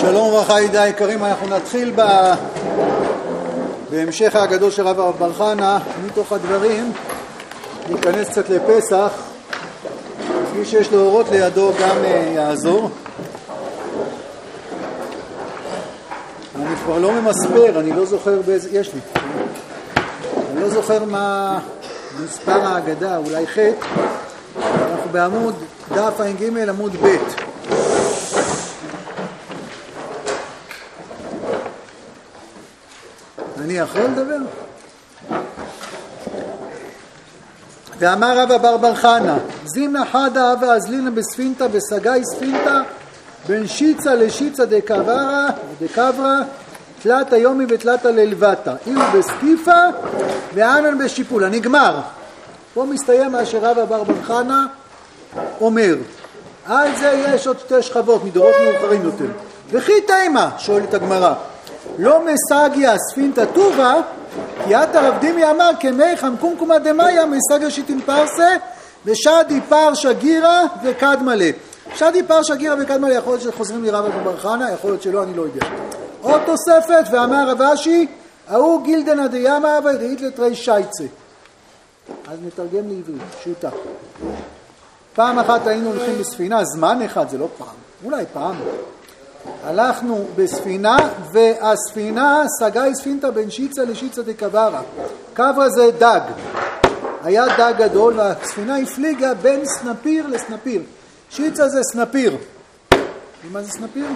שלום וברכה ידידי היקרים, אנחנו נתחיל בהמשך האגדות של רב בר חנה. מתוך הדברים ניכנס קצת לפסח, מי שיש לו אורות לידו גם יעזור. אני כבר לא ממספר, אני לא זוכר באיזה, יש לי, אני לא זוכר מה מספר האגדה, אולי ח'. אנחנו בעמוד דף ע"ג עמוד ב'. אני יכול לדבר? ואמר רבא בר חנה, זימנה חדה ואזלינה בספינתא בסגאי ספינתא בין שיצה לשיצה דקברה תלת היומי ותלת ללבטה אילו בסקיפה ואנן בשיפולה. נגמר. פה מסתיים מה שרבא בר חנה אומר. על זה יש עוד שתי שכבות מדורות מאוחרים יותר. וכי תימה, שואלת הגמרא, לא מסגיה ספינתא טובה, כי את הרב דימי אמר כמי חמקומקומא דמאיה מסגיה שיטין פרסה ושדי פרשה גירה וקדמלה. שדי פרשה גירה וקדמלה, יכול להיות שחוזרים לרבא בר חנה, יכול להיות שלא, אני לא יודע. עוד תוספת, ואמר רב אשי, ההוא גילדנא דיאמא ודאית לתרי שייצה. אז נתרגם לעברית, פשוטה. פעם אחת היינו הולכים בספינה, זמן אחד, זה לא פעם, אולי פעם. הלכנו בספינה, והספינה סגאי ספינתא בין שיצה לשיצה דקברה. קברה זה דג. היה דג גדול, והספינה הפליגה בין סנפיר לסנפיר. שיצה זה סנפיר. מה זה סנפיר?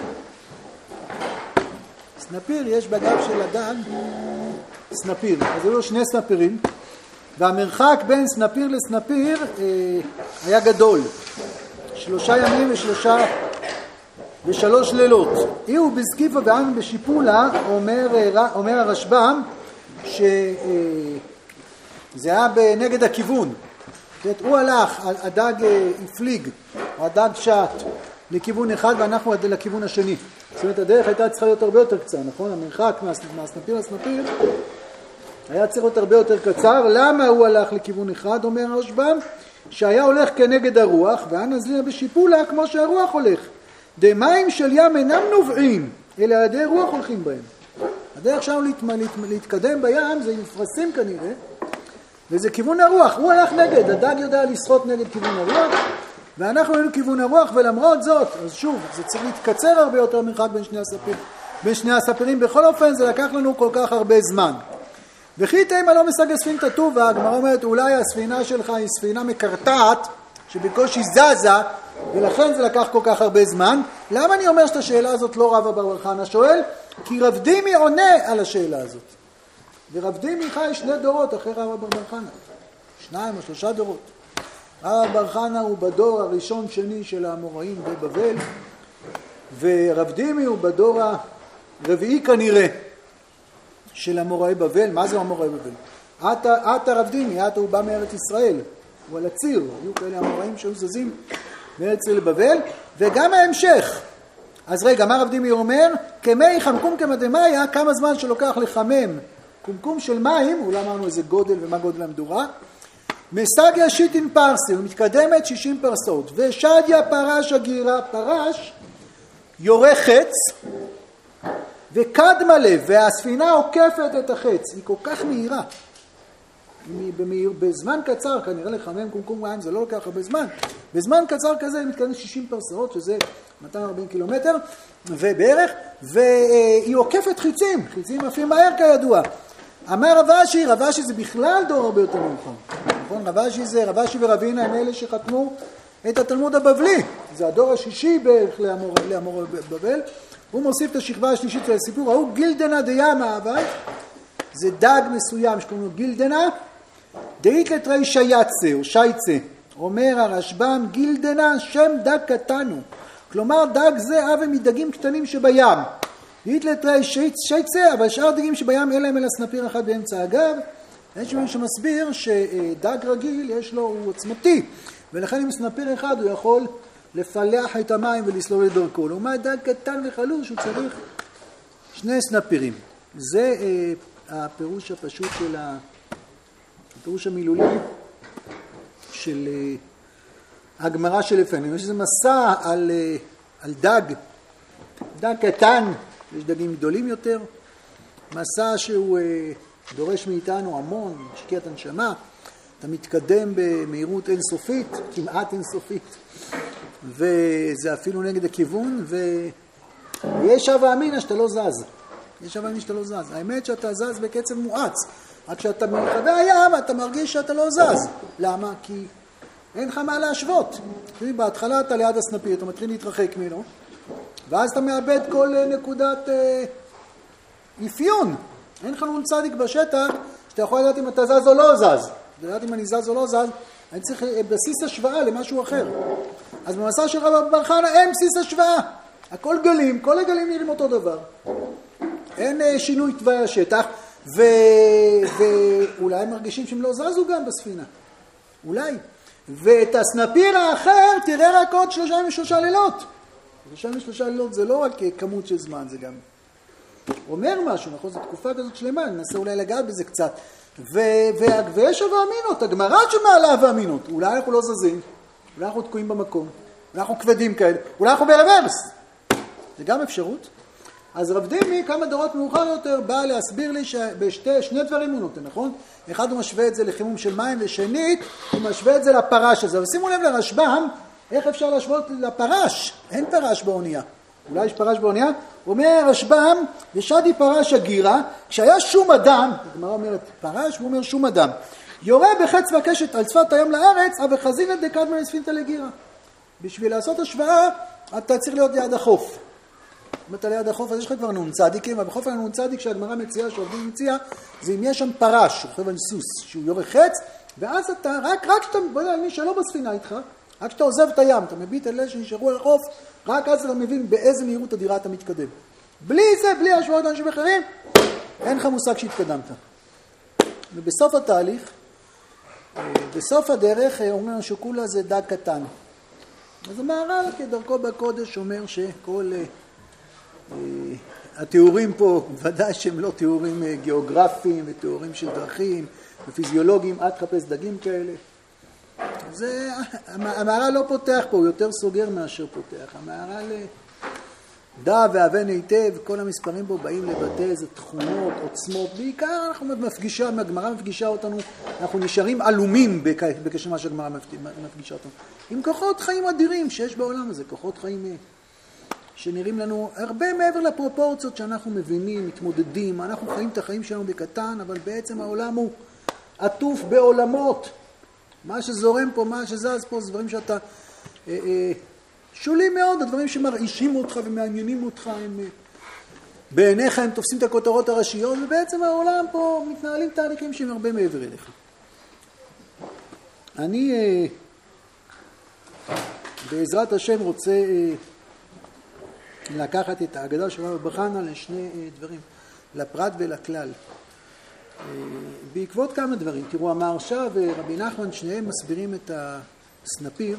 סנפיר, יש בגב של הדג סנפיר. אז היו לו שני סנפירים, והמרחק בין סנפיר לסנפיר היה גדול. 3 ימים ו3 לילות. אילו בסקיפה ואנן בשיפולה, אומר הרשב"ם, שזה היה נגד הכיוון. הוא הלך, הדג הפליג, הדג שט לכיוון אחד ואנחנו לכיוון השני. זאת אומרת, הדרך הייתה צריכה להיות הרבה יותר קצרה, נכון? המרחק מהסנפיר לסנפיר היה צריך להיות הרבה יותר קצר. למה הוא הלך לכיוון אחד, אומר הרשב"ם? שהיה הולך כנגד הרוח, ואנזלינה בשיפולה כמו שהרוח הולך. דמים של ים אינם נובעים, אלא ידי רוח הולכים בהם. הדרך שלנו להתקדם בים זה מפרשים כנראה, וזה כיוון הרוח. הוא הלך נגד, הדג יודע לשחות נגד כיוון הרוח, ואנחנו היינו כיוון הרוח, ולמרות זאת, אז שוב, זה צריך להתקצר הרבה יותר מרחק בין שני הספירים. בכל אופן, זה לקח לנו כל כך הרבה זמן. וכי תימה לא מסגיה ספינתא טובה, הגמרא אומרת, אולי הספינה שלך היא ספינה מקרטעת, שבקושי זזה, ולכן זה לקח כל כך הרבה זמן. למה אני אומר שאת השאלה הזאת לא רבא בר חנה שואל? כי רב דימי עונה על השאלה הזאת. ורב דימי חי 2 דורות אחרי רבא בר חנה. 2 או 3 דורות. רבא בר חנה הוא בדור הראשון שני של האמוראים בבבל, ורב דימי הוא בדור הרביעי כנראה של אמוראי בבל. מה זה אמוראי בבל? עתה רב דימי, עתה הוא בא מארץ ישראל. הוא על הציר, היו כאלה אמוראים שהיו זזים מארץ לבבל, וגם ההמשך. אז רגע, מה רב דימי אומר? כמי חמקומקומא דמאיה, כמה זמן שלוקח לחמם קומקום של מים, אולי אמרנו איזה גודל ומה גודל המדורה, מסגיה שיטין פרסי, ומתקדמת 60 פרסות, ושדיה פרש הגירה, פרש יורה חץ, וקדמלה, והספינה עוקפת את החץ, היא כל כך מהירה. בזמן קצר, כנראה לחמם קומקום מים זה לא לוקח הרבה זמן, בזמן קצר כזה היא מתקדמת 60 פרסאות, שזה 240 קילומטר ובערך, והיא עוקפת חיצים עפים מהר כידוע. אמר רב אשי זה בכלל דור הרבה יותר מאוחר, נכון? רב אשי ורבינה הם אלה שחתמו את התלמוד הבבלי, זה הדור השישי בערך לאמור בבל. הוא מוסיף את השכבה השלישית של הסיפור, ההוא גילדנא דיאמא, אבל זה דג מסוים שקוראים לו גילדנא דאית לתרי שייצה או שייצה. אומר הרשב"ם, גילדנא שם דג קטנו, כלומר דג זה אב מדגים קטנים שבים. דאית לתרי שייצה, אבל שאר דגים שבים אין להם אלא סנפיר אחד באמצע הגב. יש מישהו שמסביר שדג רגיל יש לו, הוא עוצמתי, ולכן עם סנפיר אחד הוא יכול לפלח את המים ולסלול את דרכו. לעומת דג קטן וחלוש הוא צריך 2 סנפירים. זה הפירוש הפשוט של הפירוש המילולי של הגמרא שלפנינו. יש איזה מסע על דג דג קטן, יש דגים גדולים יותר, מסע שהוא דורש מאיתנו המון, משקיע את הנשמה, אתה מתקדם במהירות אינסופית, כמעט אינסופית, וזה אפילו נגד הכיוון, ויש הווה אמינא שאתה לא זז. יש הווה אמינא שאתה לא זז. האמת שאתה זז בקצב מואץ, רק כשאתה מרחבי הים אתה מרגיש שאתה לא זז. למה? כי אין לך מה להשוות. בהתחלה אתה ליד הסנפיר, אתה מתחיל להתרחק ממנו, ואז אתה מאבד כל נקודת אפיון. אין לך נון צדיק בשטח שאתה יכול לדעת אם אתה זז או לא זז. לדעת אם אני זז או לא זז, אני צריך בסיס השוואה למשהו אחר. אז במסע של רב בר חנא אין בסיס השוואה. הכל גלים, כל הגלים נראים אותו דבר. אין שינוי תוואי השטח, ואולי הם מרגישים שהם לא זזו גם בספינה. אולי. ואת הסנפיר האחר תראה רק עוד 3 לילות. 3 לילות זה לא רק כמות של זמן, זה גם אומר משהו, נכון? זו תקופה כזאת שלמה, אני ננסה אולי לגעת בזה קצת. ויש הווה אמינות, הגמרא שמעלה הווה אמינות. אולי אנחנו לא זזים, אולי אנחנו תקועים במקום, אולי אנחנו כבדים כאלה, אולי אנחנו ברוורס. זה גם אפשרות. אז רב דימי, כמה דורות מאוחר יותר, בא להסביר לי שני דברים הוא נותן, נכון? אחד הוא משווה את זה לחימום של מים, ושנית הוא משווה את זה לפרש הזה. אבל שימו לב לרשב"ם, איך אפשר להשוות לפרש? אין פרש באונייה. אולי יש פרש באונייה? הוא אומר רשב"ם, ושדי פרש הגירה, כשהיה שום אדם, הגמרא אומרת פרש, הוא אומר שום אדם, יורה בחץ וקשת על שפת הים לארץ, אבל חזינא דקדמא לספינתא לגירה. בשביל לעשות השוואה, אתה צריך להיות ליד החוף. אם אתה ליד החוף, אז יש לך כבר נון צדיקים, אבל בחוף הנון צדיק שהגמרא מציעה, שעובדים מציעה, זה אם יש שם פרש, הוא חושב על סוס, שהוא יורה חץ, ואז אתה, רק שאתה, מי שלא בספינה איתך, רק שאתה עוזב את הים, אתה מביט אלה שנשארו על החוף, רק אז אתה מבין באיזה מהירות אדירה אתה מתקדם. בלי זה, בלי השוואות אנשים אחרים, אין לך מושג שהתקדמת. ובסוף התהליך, בסוף הדרך, אומרים שכולה זה דג קטן. אז המהר"ל כדרכו בקודש אומר שכל התיאורים פה, ודאי שהם לא תיאורים גיאוגרפיים ותיאורים של דרכים ופיזיולוגיים, עד חפש דגים כאלה. זה, המהר"ל לא פותח פה, הוא יותר סוגר מאשר פותח. המהר"ל דע והבן היטב, כל המספרים פה באים לבטא איזה תכונות, עוצמות, בעיקר אנחנו מפגישה, הגמרא מפגישה אותנו, אנחנו נשארים עלומים בקשר מה שהגמרא מפגישה אותנו. עם כוחות חיים אדירים שיש בעולם הזה, כוחות חיים שנראים לנו הרבה מעבר לפרופורציות שאנחנו מבינים, מתמודדים, אנחנו חיים את החיים שלנו בקטן, אבל בעצם העולם הוא עטוף בעולמות. מה שזורם פה, מה שזז פה, זה דברים שאתה שולי מאוד, הדברים שמרעישים אותך ומעניינים אותך, הם, בעיניך הם תופסים את הכותרות הראשיות, ובעצם העולם פה מתנהלים תהליכים שהם הרבה מעבר אליך. אני בעזרת השם רוצה לקחת את ההגדה של רב בר חנא לשני דברים, לפרט ולכלל. בעקבות כמה דברים, תראו, המהרש"א ורבי נחמן שניהם מסבירים את הסנפיר.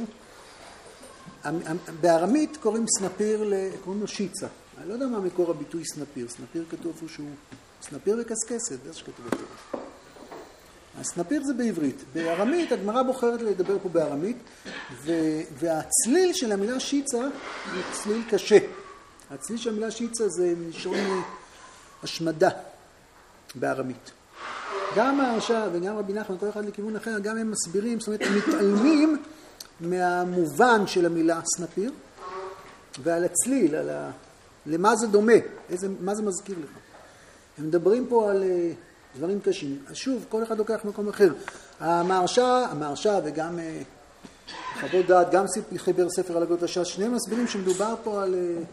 בארמית קוראים סנפיר, קוראים לו שיצה. אני לא יודע מה מקור הביטוי סנפיר. סנפיר כתוב שהוא סנפיר וקסקסת, זה שכתוב בתורה. הסנפיר זה בעברית. בארמית, הגמרא בוחרת לדבר פה בארמית, והצליל של המילה שיצה הוא צליל קשה. הצליל של המילה שיצה זה מלשון השמדה בארמית. גם המהרש"א וגם רבי נחמן, כל אחד לכיוון אחר, גם הם מסבירים, זאת אומרת, הם מתעלמים מהמובן של המילה סנפיר, ועל הצליל, למה זה דומה, מה זה מזכיר לך. הם מדברים פה על דברים קשים. אז שוב, כל אחד לוקח מקום אחר. המהרש"א וגם חוות דעת, גם חיבר ספר על הגלות הש"ס, שניהם מסבירים שמדובר פה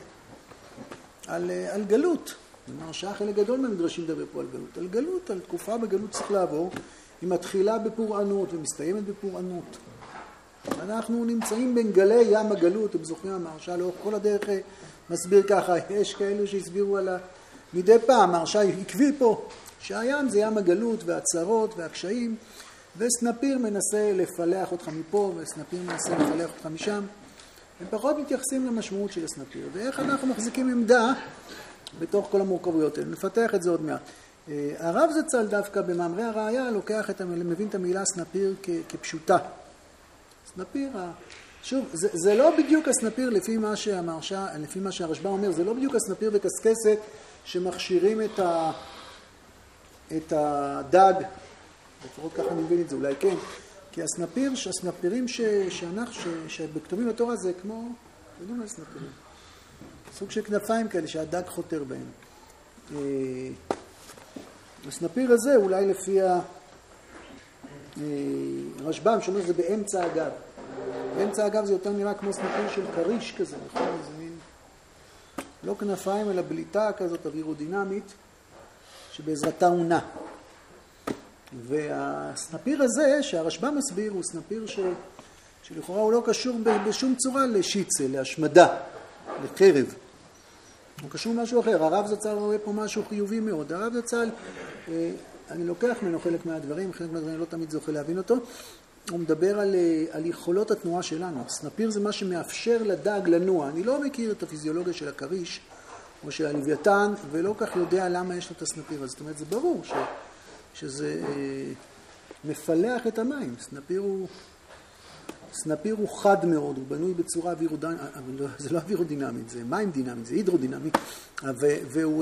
על גלות. המהרש"א חלק גדול מהמדרשים מדבר פה על גלות. על גלות, על תקופה בגלות צריך לעבור, היא מתחילה בפורענות ומסתיימת בפורענות. אנחנו נמצאים בין גלי ים הגלות, אתם זוכרים המהרש"א לאורך כל הדרך מסביר ככה, יש כאלו שהסבירו על מדי פעם, המהרש"א עקבי פה, שהים זה ים הגלות והצרות והקשיים, וסנפיר מנסה לפלח אותך מפה, וסנפיר מנסה לפלח אותך משם. הם פחות מתייחסים למשמעות של הסנפיר, ואיך אנחנו מחזיקים עמדה בתוך כל המורכבויות האלה. נפתח את זה עוד מעט. הרב זצ"ל דווקא במאמרי הראיה לוקח מבין את המילה סנפיר כפשוטה. סנפיר, שוב, זה לא בדיוק הסנפיר לפי מה שהרשב"א אומר, זה לא בדיוק הסנפיר וקסקסת שמכשירים את הדג, לפחות ככה אני מבין את זה, אולי כן, כי הסנפירים שבכתובים בתורה זה כמו, יודעים מה סנפירים? סוג של כנפיים כאלה שהדג חותר בהם. הסנפיר הזה אולי לפי הרשב"ם שאומר זה באמצע הגב. באמצע הגב זה יותר נראה כמו סנפיר של קריש כזה, נכון? זה מין לא כנפיים אלא בליטה כזאת אווירודינמית שבעזרתה הוא נע. והסנפיר הזה שהרשב"ם מסביר הוא סנפיר שלכאורה הוא לא קשור בשום צורה לשיצה, להשמדה, לחרב. הוא קשור משהו אחר. הרב זצ"ל רואה פה משהו חיובי מאוד. הרב זצ"ל, אני לוקח ממנו חלק מהדברים, חלק מהדברים לא תמיד זוכה להבין אותו. הוא מדבר על יכולות התנועה שלנו. סנפיר זה מה שמאפשר לדג לנוע. אני לא מכיר את הפיזיולוגיה של הקריש או של הלוויתן, ולא כך יודע למה יש לו את הסנפיר הזה. זאת אומרת, זה ברור שזה מפלח את המים. סנפיר הוא חד מאוד, הוא בנוי בצורה אווירודינמית, אבל זה לא אווירודינמית, זה מים דינמית, זה הידרודינמי, והוא,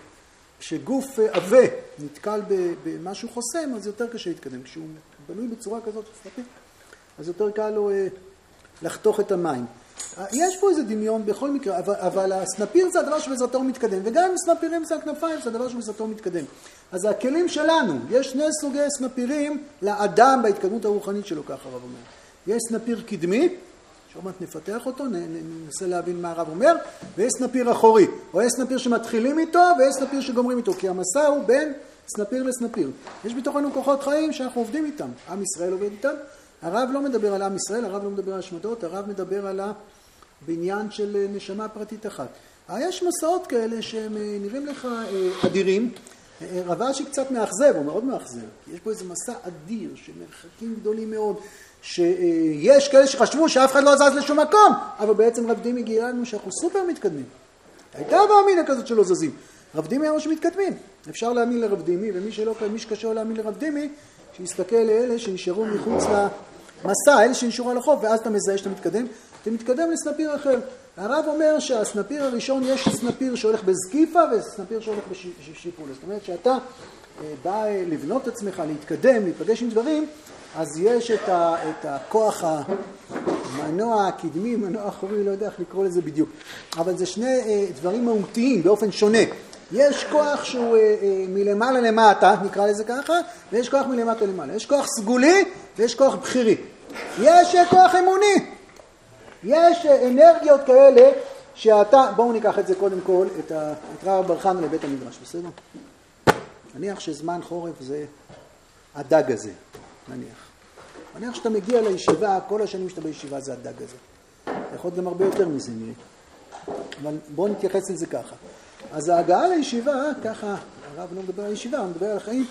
כשגוף עבה נתקל במשהו חוסם, אז יותר קשה להתקדם. כשהוא בנוי בצורה כזאת, סנפיר, אז יותר קל לו לחתוך את המים. יש פה איזה דמיון בכל מקרה, אבל הסנפיר זה הדבר שבעזרתו הוא מתקדם, וגם אם סנפירים זה הכנפיים, זה הדבר שבעזרתו הוא מתקדם. אז הכלים שלנו, יש שני סוגי סנפירים לאדם בהתקדמות הרוחנית שלו, ככה הרב אומר. יש סנפיר קדמי, שעוד מעט נפתח אותו, ננסה להבין מה הרב אומר, ויש סנפיר אחורי, או יש סנפיר שמתחילים איתו, ויש סנפיר שגומרים איתו, כי המסע הוא בין סנפיר לסנפיר. יש בתוכנו כוחות חיים שאנחנו עובדים איתם, עם ישראל עובד איתם. הרב לא מדבר על עם ישראל, הרב לא מדבר על השמדות, הרב מדבר על הבניין של נשמה פרטית אחת. יש מסעות כאלה שהם נראים לך אדירים, רב אשי קצת מאכזב, הוא מאוד מאכזב, יש פה איזה מסע אדיר שמרחקים גדולים מאוד, שיש כאלה שחשבו שאף אחד לא זז לשום מקום, אבל בעצם רב דימי גילה לנו שאנחנו סופר מתקדמים. הייתה מאמינה כזאת שלא זזים. רב דימי אמר שמתקדמים. אפשר להאמין לרב דימי, ומי שקשה להאמין לרב דימי, שיסתכל לאלה שנשארו מחוץ למסע, אלה שנשארו על החוף, ואז אתה מזהה שאתה מתקדם, אתה מתקדם לסנפיר אחר. הרב אומר שהסנפיר הראשון יש סנפיר שהולך בזקיפה וסנפיר שהולך בשיפולס. זאת אומרת שאתה בא לבנות את עצמך, להתקדם, להיפגש עם דברים, אז יש את הכוח המנוע הקדמי, מנוע אחורי, לא יודע איך לקרוא לזה בדיוק. אבל זה שני דברים מהותיים באופן שונה. יש כוח שהוא מלמעלה למטה, נקרא לזה ככה, ויש כוח מלמטה למעלה. יש כוח סגולי ויש כוח בחירי. יש כוח אמוני. יש אנרגיות כאלה שאתה, בואו ניקח את זה קודם כל, את רב בר חנא לבית המדרש, בסדר? נניח שזמן חורף זה הדג הזה, נניח שאתה מגיע לישיבה, כל השנים שאתה בישיבה זה הדג הזה. יכול להיות גם הרבה יותר מזה נראה. אבל בואו נתייחס לזה ככה. אז ההגעה לישיבה, ככה, הרב לא מדבר על הישיבה, הוא מדבר על החיים,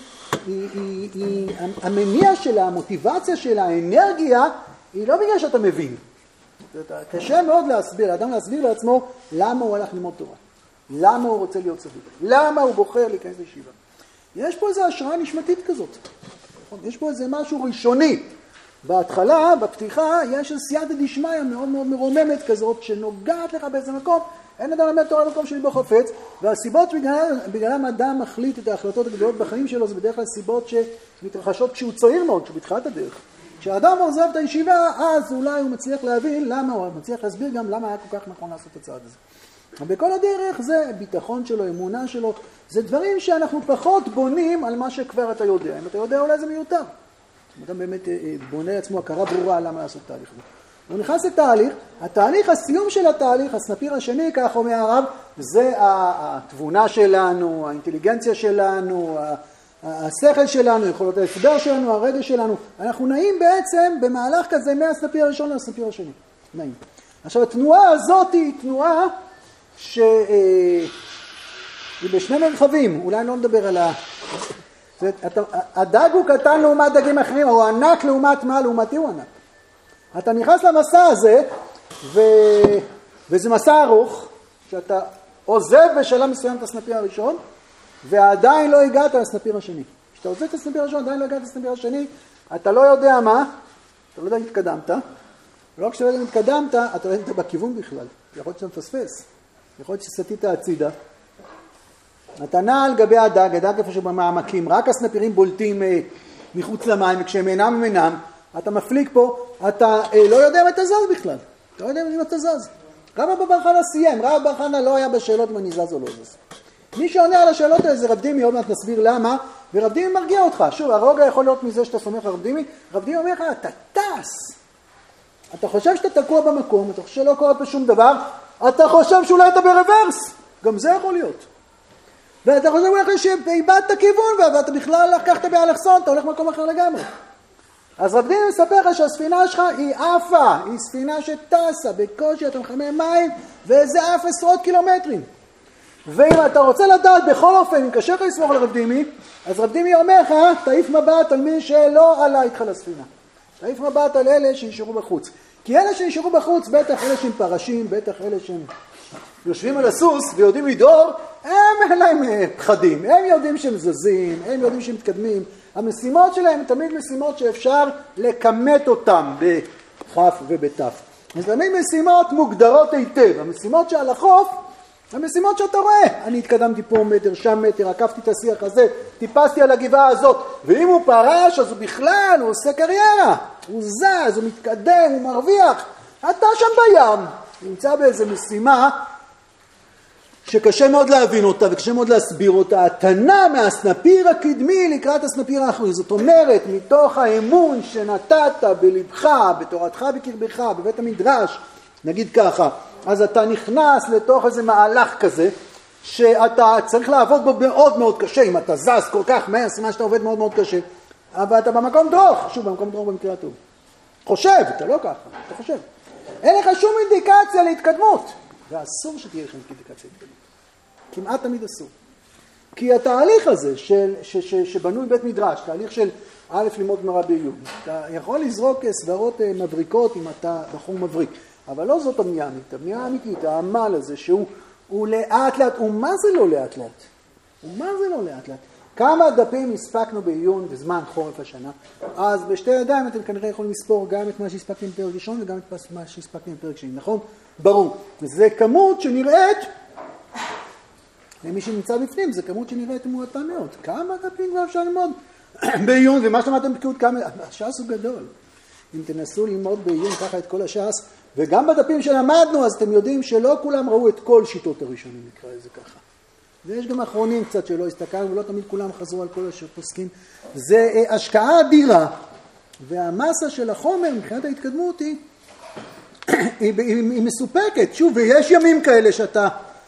המניע שלה, המוטיבציה שלה, האנרגיה, היא לא בגלל שאתה מבין. קשה מאוד להסביר, לאדם להסביר לעצמו למה הוא הלך ללמוד תורה, למה הוא רוצה להיות צדיק, למה הוא בוחר להיכנס לישיבה. יש פה איזו השראה נשמתית כזאת, יש פה איזה משהו ראשוני. בהתחלה, בפתיחה, יש סייעתא דשמיא מאוד מאוד מרוממת כזאת, שנוגעת לך באיזה מקום, אין אדם למד תורה במקום שלי בו חפץ, והסיבות בגללם אדם מחליט את ההחלטות הגדולות בחיים שלו, זה בדרך כלל סיבות שמתרחשות כשהוא צעיר מאוד, כשהוא בתחילת הדרך. כשאדם עוזב את הישיבה, אז אולי הוא מצליח להבין למה, הוא מצליח להסביר גם למה היה כל כך נכון לעשות את הצעד הזה. בכל הדרך זה ביטחון שלו, אמונה שלו, זה דברים שאנחנו פחות בונים על מה שכבר אתה יודע. אם אתה יודע אולי זה מיותר. אדם באמת בונה לעצמו הכרה ברורה למה לעשות תהליך הזה. הוא נכנס לתהליך, התהליך, הסיום של התהליך, הסנפיר השני, כך אומר הרב, זה התבונה שלנו, האינטליגנציה שלנו, השכל שלנו, יכולות ההסבר שלנו, הרגש שלנו. אנחנו נעים בעצם במהלך כזה מהסנפיר הראשון לסנפיר השני. נעים. עכשיו, התנועה הזאת היא תנועה שהיא בשני מרחבים. אולי לא נדבר על הדג הוא קטן לעומת דגים אחרים, הוא ענק לעומת מה? לעומתי הוא ענק. אתה נכנס למסע הזה, וזה מסע ארוך, שאתה עוזב בשלב מסוים את הסנפיר הראשון, ועדיין לא הגעת לסנפיר השני. כשאתה עוזב את הסנפיר הראשון, עדיין לא הגעת לסנפיר השני, אתה לא יודע מה, אתה לא יודע אם התקדמת, לא כשאתה התקדמת, אתה לא היית בכיוון בכלל. יכול להיות שאתה מפספס. יכול להיות שסטית הצידה. אתה נע על גבי הדג איפה שבמעמקים, רק הסנפירים בולטים מחוץ למים, וכשהם אינם, אתה מפליג פה, אתה לא יודע אם אתה זז בכלל. אתה לא יודע אם אתה זז. רבא בר חנא סיים, רבא בר חנא לא היה בשאלות אם אני זז או לא זז. מי שעונה על השאלות האלה זה רב דימי, עוד מעט נסביר למה, ורב דימי מרגיע אותך. שוב, הרוגע יכול להיות מזה שאתה סומך על רב דימי, רב דימי אומר לך, אתה טס. אתה חושב שאתה תקוע במקום, אתה חושב שלא קורה פה שום דבר, אתה חושב שאולי אתה ברוורס, גם זה יכול להיות. ואתה חושב אולי שאיבדת כיוון, ואתה בכלל לקחת באלכסון, אתה הולך במקום אחר לגמרי. אז רב דימי מספר לך שהספינה שלך היא עפה, היא ספינה שטסה, בקושי אתה מחמם מים, וזה עף עשרות קילומטרים. ואם אתה רוצה לדעת בכל אופן, אם קשה לך לסמוך לרב דימי, אז רב דימי אומר לך, תעיף מבט על מי שלא עלה איתך לספינה. תעיף מבט על אלה שישארו בחוץ. כי אלה שישארו בחוץ, בטח אלה שהם פרשים, בטח אלה שהם יושבים על הסוס ויודעים לדהור, הם אין להם פחדים. הם יודעים שהם זזים, הם יודעים שהם מתקדמים. המשימות שלהם תמיד משימות שאפשר לקמת אותם בכף ובתף. אז תמיד משימות מוגדרות היטב. המשימות שעל החוף, המשימות שאתה רואה. אני התקדמתי פה מטר, שם מטר, עקפתי את השיח הזה, טיפסתי על הגבעה הזאת. ואם הוא פרש, אז הוא בכלל, הוא עושה קריירה. הוא זז, הוא מתקדם, הוא מרוויח. אתה שם בים. נמצא באיזו משימה שקשה מאוד להבין אותה וקשה מאוד להסביר אותה. אתה נע מהסנפיר הקדמי לקראת הסנפיר האחורי. זאת אומרת, מתוך האמון שנתת בלבך, בתורתך בקרבך, בבית המדרש, נגיד ככה, אז אתה נכנס לתוך איזה מהלך כזה, שאתה צריך לעבוד בו מאוד מאוד קשה. אם אתה זז כל כך מהר, סימן שאתה עובד מאוד מאוד קשה. אבל אתה במקום דרוך, שוב, במקום דרוך במקרה הטוב. חושב, אתה לא ככה, אתה חושב. אין לך שום אינדיקציה להתקדמות. ואסור שתהיה לך אינדיקציה להתקדמות. כמעט תמיד אסור. כי התהליך הזה שבנוי בית מדרש, תהליך של א' ללמוד גמרא בעיון, אתה יכול לזרוק סברות מבריקות אם אתה בחור מבריק, אבל לא זאת הבנייה האמיתית. הבנייה האמיתית, העמל הזה שהוא לאט לאט, ומה זה לא לאט לאט? ומה זה לא לאט לאט? כמה דפים הספקנו בעיון בזמן חורף השנה, אז בשתי ידיים אתם כנראה יכולים לספור גם את מה שהספקתם בפרק ראשון וגם את מה שהספקתם בפרק שני, נכון? ברור. זה כמות שנראית, למי שנמצא בפנים, זה כמות שנראית מועטה מאוד. כמה דפים כבר אפשר ללמוד בעיון, ומה שלמדתם בקיאות כמה, הש"ס הוא גדול. אם תנסו ללמוד בעיון ככה את כל הש"ס, וגם בדפים שלמדנו, אז אתם יודעים שלא כולם ראו את כל שיטות הראשונים, נקרא לזה ככה. ויש גם אחרונים קצת שלא הסתכלנו, ולא תמיד כולם חזרו על כל אשר פוסקים. זה השקעה אדירה, והמסה של החומר, מבחינת ההתקדמות היא מסופקת. שוב, ויש ימים כאלה שאתה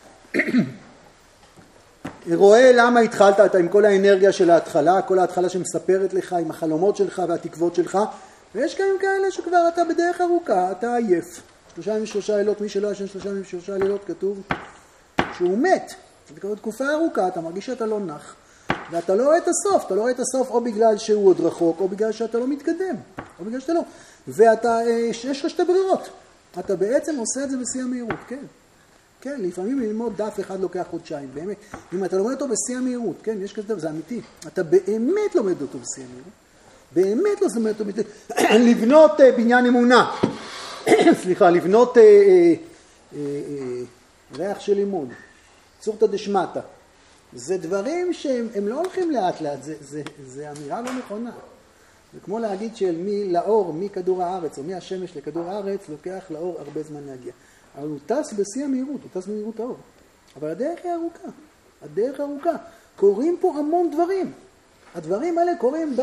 רואה למה התחלת, אתה עם כל האנרגיה של ההתחלה, כל ההתחלה שמספרת לך, עם החלומות שלך והתקוות שלך, ויש גם כאלה שכבר אתה בדרך ארוכה, אתה עייף. 33 לילות, מי שלא ישן 33 לילות כתוב שהוא מת. זה כבר תקופה ארוכה, אתה מרגיש שאתה לא נח, ואתה לא רואה את הסוף, אתה לא רואה את הסוף או בגלל שהוא עוד רחוק, או בגלל שאתה לא מתקדם, או בגלל שאתה לא. ואתה, יש לך שתי ברירות. אתה בעצם עושה את זה בשיא המהירות, כן. כן, לפעמים ללמוד דף אחד לוקח חודשיים, באמת. אם אתה לומד אותו בשיא המהירות, כן, יש כזה דבר, זה אמיתי. אתה באמת לומד אותו בשיא המהירות. באמת לא לומד אותו בשיא המהירות. לבנות בניין אמונה. סליחה, לבנות ריח של לימוד. צורתא דשמטא. זה דברים שהם לא הולכים לאט לאט, זה אמירה לא נכונה. זה כמו להגיד לאור מכדור הארץ או מהשמש לכדור הארץ, לוקח לאור הרבה זמן להגיע. אבל הוא טס בשיא המהירות, הוא טס במהירות האור. אבל הדרך היא ארוכה. הדרך ארוכה. קורים פה המון דברים. הדברים האלה קורים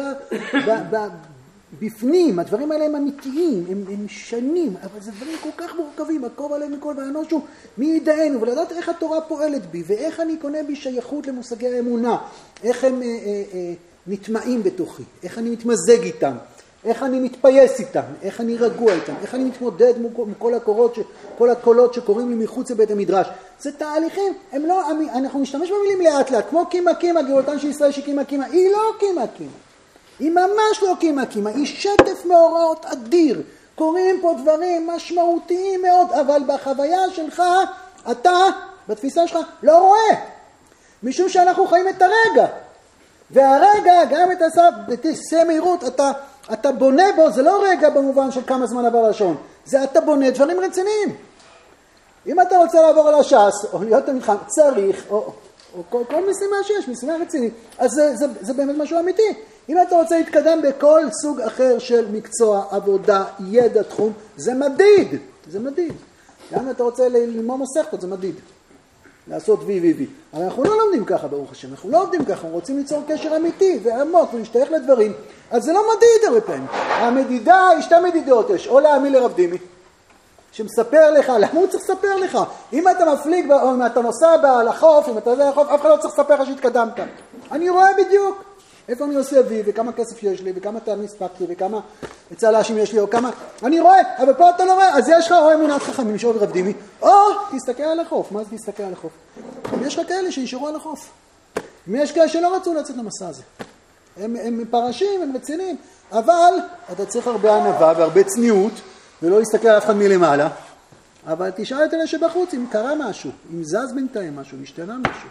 בפנים, הדברים האלה הם אמיתיים, הם שנים, אבל זה דברים כל כך מורכבים, הקרוב עליהם מכל והאנושו, מי ידענו, ולדעת איך התורה פועלת בי, ואיך אני קונה בי שייכות למושגי האמונה, איך הם נטמעים בתוכי, איך אני מתמזג איתם, איך אני מתפייס איתם, איך אני רגוע איתם, איך אני מתמודד עם כל הקולות שקוראים לי מחוץ לבית המדרש. זה תהליכים, הם לא, אנחנו נשתמש במילים לאט לאט, כמו קימה קימה, גאולתן של ישראל שקימה קימה, היא לא קימה קימה. היא ממש לא קימה קימה, היא שטף מאורעות אדיר. קוראים פה דברים משמעותיים מאוד, אבל בחוויה שלך, אתה, בתפיסה שלך, לא רואה. משום שאנחנו חיים את הרגע. והרגע, גם את הסף, בשיא המהירות, אתה בונה בו, זה לא רגע במובן של כמה זמן עבר לשעון, זה אתה בונה דברים רציניים. אם אתה רוצה לעבור על הש"ס, או להיות המלחם, צריך, או כל משימה שיש, משימה רצינית, אז זה באמת משהו אמיתי. אם אתה רוצה להתקדם בכל סוג אחר של מקצוע, עבודה, ידע, תחום, זה מדיד, זה מדיד. גם אם אתה רוצה ללמוד מסכתות, זה מדיד. לעשות וי. אבל אנחנו לא לומדים ככה ברוך השם, אנחנו לא לומדים ככה, אנחנו רוצים ליצור קשר אמיתי ועמוק ולהשתייך לדברים, אז זה לא מדיד הרבה פעמים. המדידה, יש שתי מדידות, יש או להאמין לרב דימי, שמספר לך, למה הוא צריך לספר לך? אם אתה מפליג, או אם אתה נוסע לחוף, אם אתה יודע לחוף, אף אחד לא צריך לספר לך שהתקדמת. אני רואה בדיוק איפה אני עושה וי, וכמה כסף יש לי, וכמה תארים הספקתי, וכמה צל"שים יש לי, או כמה... אני רואה, אבל פה אתה לא רואה, אז יש לך או אמונת חכמים, נשאר ברב דימי, או תסתכל על החוף. מה זה תסתכל על החוף? יש לך כאלה שישארו על החוף. יש כאלה שלא רצו לצאת למסע הזה. הם פרשים, הם רציניים, אבל אתה צריך הרבה ענווה והרבה צניעות, ולא להסתכל על אף אחד מלמעלה, אבל תשאל את אלה שבחוץ אם קרה משהו, אם זז בינתיים משהו, משתנה משהו.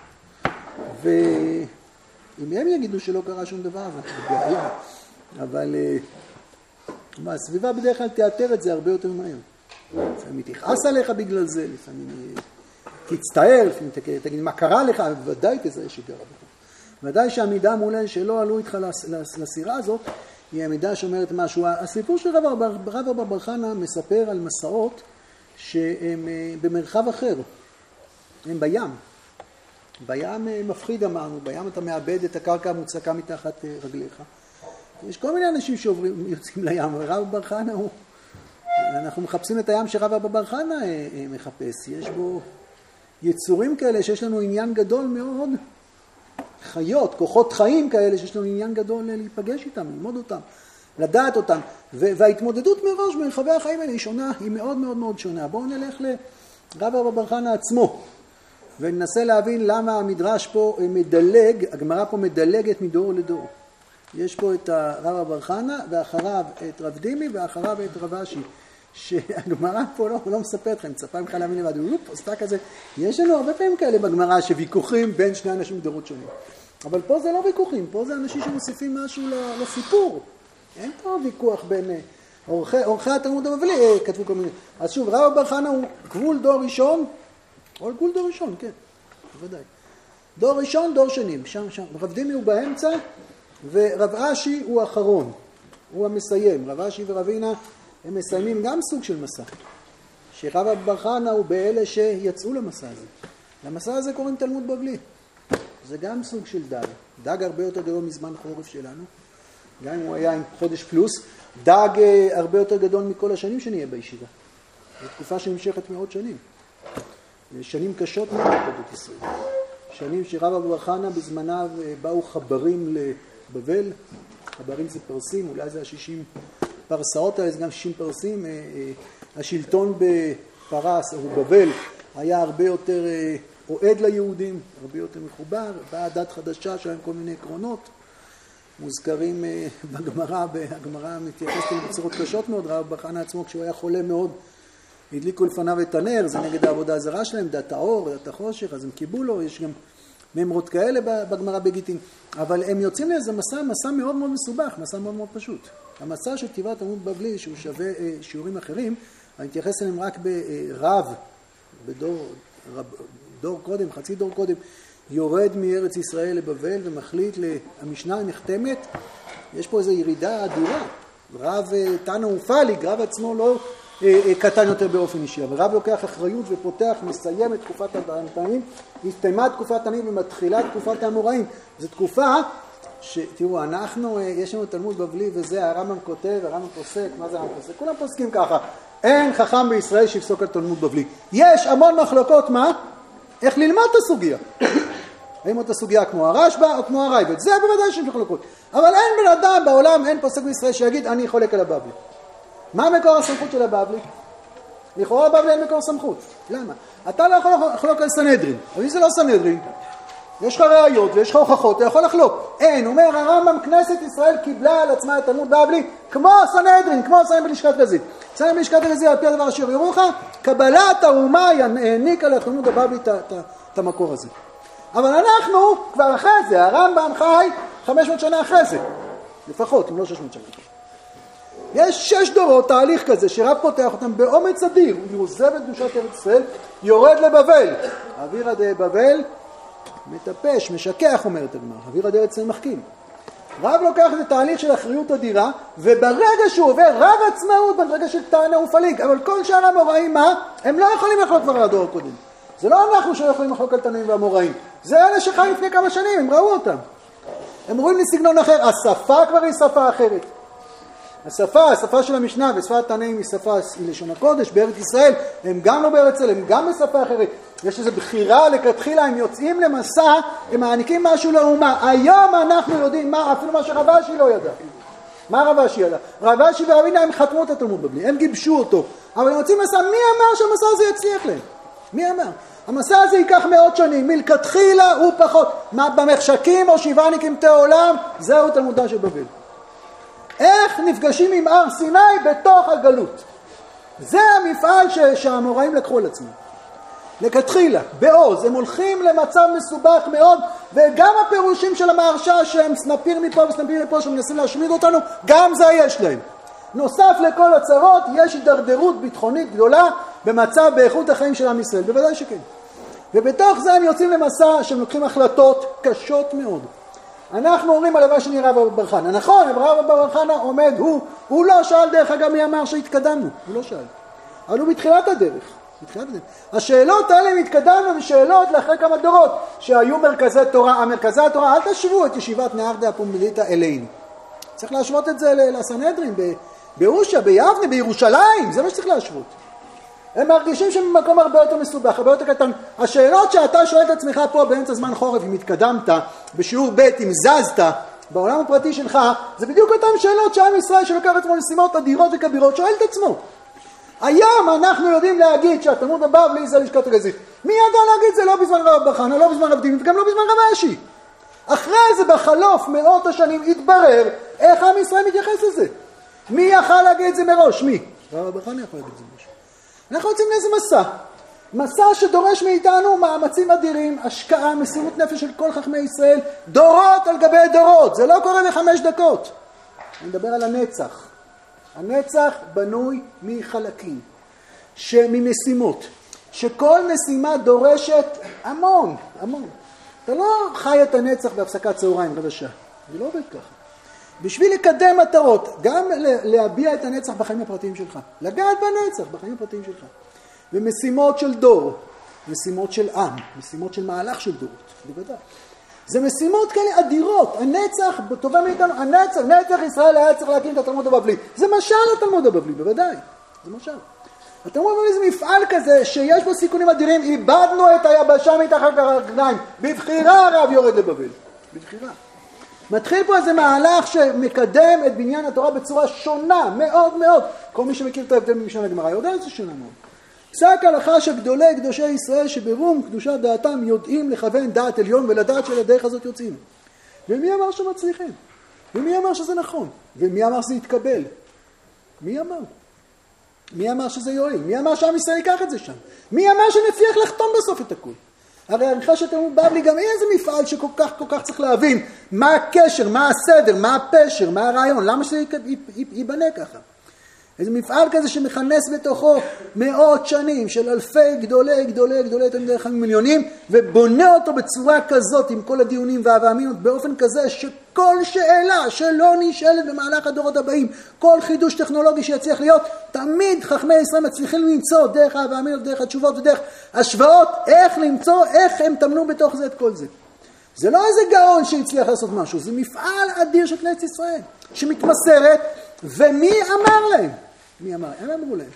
ואם הם יגידו שלא קרה שום דבר, אז זה בעיה. אבל הסביבה בדרך כלל תיאתר את זה הרבה יותר מהר. לפעמים תכעס עליך בגלל זה, לפעמים תצטער, לפעמים תגיד מה קרה לך, ודאי תזהה שקרה בך. ודאי שהמידה מולה שלא עלו איתך לסירה הזאת, היא המידה שאומרת משהו. הסיפור של רב אבא בר חנה מספר על מסעות שהם במרחב אחר. הם בים. בים מפחיד אמרנו, בים אתה מאבד את הקרקע המוצקה מתחת רגליך. יש כל מיני אנשים יוצאים לים, ורב בר חנה הוא... אנחנו מחפשים את הים שרב אבא בר חנה מחפש. יש בו יצורים כאלה שיש לנו עניין גדול מאוד, חיות, כוחות חיים כאלה שיש לנו עניין גדול להיפגש איתם, ללמוד אותם, לדעת אותם. וההתמודדות מראש ברחבי החיים האלה היא שונה, היא מאוד מאוד מאוד שונה. בואו נלך לרב אבא בר חנה עצמו, וננסה להבין למה המדרש פה מדלג, הגמרא פה מדלגת מדור לדור. יש פה את הרב אבא בר חנה, ואחריו את רב דימי, ואחריו את רב אשי. שהגמרא פה לא מספרת לכם, צפה ממך להאמין לבד, הוא עשתה כזה. יש לנו הרבה פעמים כאלה בגמרא שוויכוחים בין שני אנשים דורות שונים. אבל פה זה לא ויכוחים, פה זה אנשים שמוסיפים משהו לסיפור. אין פה ויכוח בין אורחי התלמוד הבבלי, כתבו כל מיני. אז שוב, רב בר חנה הוא גבול דור ראשון, או גבול דור ראשון, כן, בוודאי. דור ראשון, דור שנים, שם. רב דימי הוא באמצע, ורב אשי הוא האחרון, הוא המסיים. רב אשי ורב הנה הם מסיימים גם סוג של מסע. שרב בר חנה הוא באלה שיצאו למסע הזה. למסע הזה קוראים תלמוד בבלי. זה גם סוג של דג. דג הרבה יותר גדול מזמן חורף שלנו. גם אם הוא היה עם חודש פלוס. דג הרבה יותר גדול מכל השנים שנהיה בישיבה. זו תקופה שנמשכת מאות שנים. שנים קשות מאוד בבית ישראל. שנים שרב בר חנה בזמניו באו חברים לבבל. חברים זה פרסים, אולי זה 60 פרסאות האלה, זה גם 60 פרסים. השלטון בפרס או בבל היה הרבה יותר אוהד ליהודים, הרבה יותר מחובר. באה דת חדשה שהיה עם כל מיני עקרונות. מוזכרים בגמרא, הגמרא מתייחסת לבצורות קשות מאוד. רב בר חנה עצמו כשהוא היה חולה מאוד, הדליקו לפניו את הנר, זה נגד העבודה הזרה שלהם, דת האור, דת החושך, אז הם קיבלו לו, יש גם ממרות כאלה בגמרא בגיטין. אבל הם יוצאים לאיזה מסע מאוד מאוד מסובך, מסע מאוד מאוד פשוט. המסע של כתיבת תלמוד בבלי, שהוא שווה שיעורים אחרים, אני מתייחס אליהם רק ברב, דור קודם, חצי דור קודם, יורד מארץ ישראל לבבל ומחליט המשנה נחתמת. יש פה איזו ירידה אדירה. רב תנא ופליג, רב עצמו לא קטן יותר באופן אישי, אבל רב לוקח אחריות ופותח, מסיים את תקופת התנאים, הסתיימה תקופת התנאים ומתחילה תקופת האמוראים. זו תקופה שתראו, יש לנו תלמוד בבלי וזה, הרמב"ם כותב, הרמב"ם פוסק, מה זה הרמב"ם פוסק? כולם פוסקים ככה, אין חכם בישראל שיפסוק על תלמוד בבלי. יש המון מחלוקות, מה? איך ללמד את הסוגיה. האם אותה סוגיה כמו הרשב"א או כמו הרייבד, זה בוודאי שיש מחלוקות. אבל אין בן אדם בעולם, אין פוסק בישראל שיגיד, אני חולק על הבבלי. מה מקור הסמכות של הבבלי? לכאורה הבבלי אין מקור סמכות. למה? אתה לא יכול לחלוק על סנהדרין. אבל אם זה לא סנהדרין, יש לך ראיות ויש לך הוכחות, אתה יכול לחלוק. אין, אומר הרמב"ם, כנסת ישראל קיבלה על עצמה את תלמוד בבלי כמו סנהדרין, כמו סיים בלשכת גזית. סיים בלשכת גזית על פי הדבר אשר יראו לך, קבלת האומה העניקה לתלמוד הבבלי את המקור הזה. אבל אנחנו כבר אחרי זה, הרמב"ם חי 500 שנה אחרי זה. לפחות, אם לא 600 שנה. יש 6 דורות, תהליך כזה, שרב פותח אותם באומץ אדיר, הוא עוזב את קדושת ארץ ישראל, יורד לבבל. אווירא דבבל מטפש, משכח, אומרת הגמרא, אווירא דארץ ישראל מחכים. רב לוקח את התהליך של אחריות אדירה, וברגע שהוא עובר רב עצמאות, ברגע של טענה ופליג, אבל כל שאר המוראים, מה? הם לא יכולים לחלוק כבר על הדור הקודם. זה לא אנחנו שלא יכולים לחלוק על תנאים והמוראים, זה אלה שחיים לפני כמה שנים, הם ראו אותם. הם רואים לי סגנון אחר, השפה כבר היא שפה אחרת. השפה של המשנה ושפת תנאים היא שפה לשון הקודש, בארץ ישראל הם גם לא בארץ ישראל, הם גם בשפה אחרת. יש איזו בחירה לכתחילה, הם יוצאים למסע, הם מעניקים משהו לאומה. היום אנחנו יודעים מה, אפילו מה שרבשי לא ידע. מה רבשי ידע? רבשי ורבינה הם חתמו את התלמוד בבלי, הם גיבשו אותו. אבל הם יוצאים מסע, מי אמר שהמסע הזה יצליח להם? מי אמר? המסע הזה ייקח 100 שנים, מלכתחילה הוא פחות. מה, במחשכים או שבעניקים תא עולם, זהו תלמודה של בבל. איך נפגשים עם הר סיני בתוך הגלות? זה המפעל שהאמוראים לקחו על עצמם. לכתחילה, בעוז, הם הולכים למצב מסובך מאוד, וגם הפירושים של המהרש"א שהם סנפיר מפה וסנפיר מפה שמנסים להשמיד אותנו, גם זה יש להם. נוסף לכל הצרות, יש הידרדרות ביטחונית גדולה במצב באיכות החיים של עם ישראל, בוודאי שכן. ובתוך זה הם יוצאים למסע שהם לוקחים החלטות קשות מאוד. אנחנו אומרים על דבר שני רב בר חנא. נכון, רב בר חנא עומד, הוא לא שאל דרך אגב מי אמר שהתקדמנו, הוא לא שאל. אבל הוא בתחילת הדרך. השאלות האלה הם התקדמנו בשאלות לאחרי כמה דורות שהיו מרכזי תורה. המרכזי התורה, אל תשוו את ישיבת נהרדה הפומבליטה אלינו. צריך להשוות את זה לסנהדרין, באושה, ביבנה, בירושלים, זה מה שצריך להשוות. הם מרגישים שבמקום הרבה יותר מסובך, הרבה יותר קטן. השאלות שאתה שואל את עצמך פה באמצע זמן חורף, אם התקדמת, בשיעור ב' אם זזת, בעולם הפרטי שלך, זה בדיוק אותם שאלות שעם ישראל שלוקח עצמו משימות אדירות וכבירות, שואל את עצמו. היום אנחנו יודעים להגיד שהתלמוד הבבלי זה לשכת הגזית. מי ידע להגיד זה לא בזמן רב בר חנא, לא בזמן רב דימי, וגם לא בזמן רב אשי. אחרי זה בחלוף מאות השנים התברר איך עם ישראל מתייחס לזה. מי יכל להגיד את זה מראש? מי? רב בר חנא יכול להגיד את זה מראש. אנחנו רוצים לאיזה מסע. מסע שדורש מאיתנו מאמצים אדירים, השקעה, מסירות נפש של כל חכמי ישראל, דורות על גבי דורות. זה לא קורה ב5 דקות. אני מדבר על הנצח. הנצח בנוי מחלקים, ממשימות, שכל משימה דורשת המון. אתה לא חי את הנצח בהפסקת צהריים רבע שעה. זה לא עובד ככה. בשביל לקדם מטרות, גם להביע את הנצח בחיים הפרטיים שלך, לגעת בנצח בחיים הפרטיים שלך, ומשימות של דור, משימות של עם, משימות של מהלך של דורות, בוודאי. זה משימות כאלה אדירות, הנצח, טובה מאיתנו, נצח ישראל היה צריך להקים את התלמוד הבבלי. זה משל התלמוד הבבלי, בוודאי, זה משל. התלמוד הבבלי זה מפעל כזה שיש בו סיכונים אדירים, איבדנו את היבשה מתחת לרגליים, בבחירה הרב יורד לבבל, בבחירה. מתחיל פה איזה מהלך שמקדם את בניין התורה בצורה שונה מאוד מאוד. כל מי שמכיר את ההבדל ממשנה לגמרא יודע את זה שונה מאוד. פסק הלכה של גדולי קדושי ישראל שברום קדושת דעתם יודעים לכוון דעת עליון ולדעת של הדרך הזאת יוצאים. ומי אמר שמצליחים? ומי אמר שזה נכון? ומי אמר שזה יתקבל? מי אמר? מי אמר שזה יועיל? מי אמר שעם ישראל ייקח את זה שם? מי אמר שנצליח לחתום בסוף את הכול? הרי העריכה שתלמוד בבלי גם איזה מפעל שכל כך צריך להבין מה הקשר, מה הסדר, מה הפשר, מה הרעיון, למה שזה ייבנה ככה. איזה מפעל כזה שמכנס בתוכו מאות שנים של אלפי גדולי תלמידי חכמים מיליונים, ובונה אותו בצורה כזאת עם כל הדיונים והאמינות באופן כזה שכל שאלה שלא נשאלת במהלך הדורות הבאים, כל חידוש טכנולוגי שיצליח להיות, תמיד חכמי ישראל מצליחים למצוא דרך האמינות, דרך התשובות ודרך השוואות, איך הם תמנו בתוך זה את כל זה. זה לא איזה גאון שהצליח לעשות משהו, זה מפעל אדיר של כנסת ישראל שמתמסרת, ומי אמר להם? מי אמר? הם אמרו להם.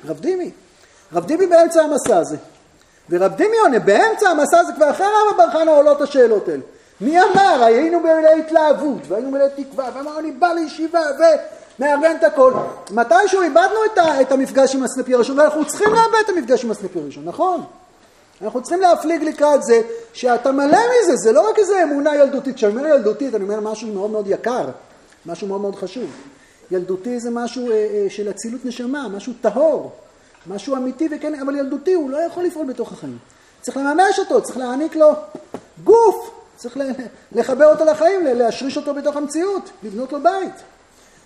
רב דימי באמצע המסע הזה. ורב דימי עונה, באמצע המסע הזה כבר אחרי רב בר חנא עולות השאלות האלה. מי אמר? היינו במלא התלהבות, והיינו במלא תקווה, ואמר אני בא לישיבה ומארגן את הכל. מתישהו איבדנו את המפגש עם הסנפי הראשון, ואנחנו צריכים לאבד את המפגש עם הסנפי הראשון, נכון? אנחנו צריכים להפליג לקראת זה, שאתה מלא מזה, זה לא רק איזו אמונה ילדותית. כשאני אומר ילדותית, אני אומר משהו מאוד מאוד יקר, משהו מאוד מאוד חשוב. ילדותי זה משהו של אצילות נשמה, משהו טהור, משהו אמיתי וכן, אבל ילדותי הוא לא יכול לפעול בתוך החיים. צריך לממש אותו, צריך להעניק לו גוף, צריך לחבר אותו לחיים, להשריש אותו בתוך המציאות, לבנות לו בית.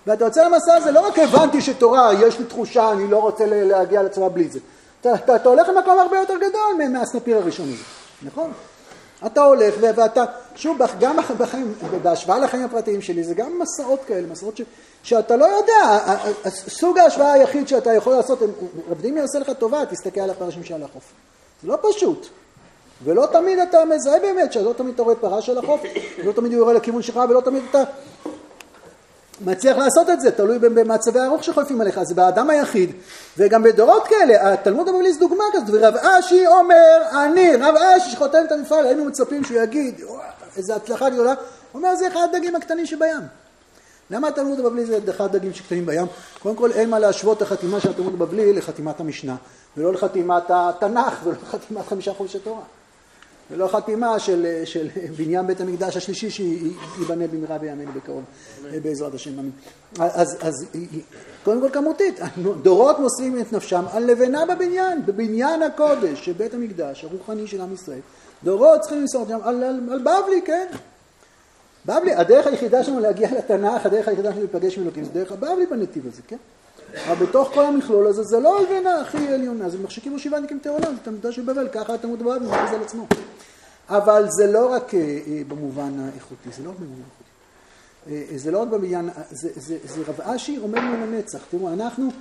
ואתה יוצא למסע הזה, לא רק הבנתי שתורה, יש לי תחושה, אני לא רוצה להגיע לצבא בלי זה. אתה הולך למקום הרבה יותר גדול מהסנפיר הראשון הזה, נכון? אתה הולך ואתה, שוב, גם בחיים, בהשוואה לחיים הפרטיים שלי, זה גם מסעות כאלה, מסעות שאתה לא יודע, סוג ההשוואה היחיד שאתה יכול לעשות, רב דימי עושה לך טובה, תסתכל על הפרשים שעל החוף. זה לא פשוט. ולא תמיד אתה מזהה באמת, שלא תמיד אתה רואה פרש על החוף, ולא תמיד הוא יורה לכיוון שלך, ולא תמיד אתה מצליח לעשות את זה, תלוי במצבי הרוח שחולפים עליך. זה באדם היחיד, וגם בדורות כאלה, התלמוד הבבלי זה דוגמה כזאת, ורב אשי אומר, רב אשי שחותם את המפעל, היינו מצפים שהוא יגיד, איזו הצלחה גדולה, אומר, זה אחד הדגים הקטנים שבים. למה התלמוד הבבלי זה אחד הדגים שקטנים בים? קודם כל, אין מה להשוות את החתימה של התלמוד הבבלי לחתימת המשנה, ולא לחתימת התנ"ך, ולא לחתימת 5 חודשי תורה. ולא חתימה של בניין בית המקדש השלישי שיבנה במהרה בימינו בקרוב, בעזרת השם. אז קודם כל כמותית, דורות מוסרים את נפשם על לבנה בבניין הקודש של בית המקדש, הרוחני של עם ישראל. דורות צריכים למסור שם על בבלי, כן? בבלי, הדרך היחידה שלנו להגיע לתנ"ך, הדרך היחידה שלנו להיפגש עם אלוקים, זה דרך הבבלי בנתיב הזה, כן? אבל בתוך כל המכלול הזה, זה לא הלבנה הכי עליונה, זה מחשיקים לו 7 נקים תיאורולם, זה תלמודו של בבל, ככה התלמוד בבלי מכריז על עצמו. אבל זה לא רק במובן האיכותי, זה לא רק במובן האיכותי. זה לא רק במובן, זה רב אשי אומר לנו לנצח. תראו, אנחנו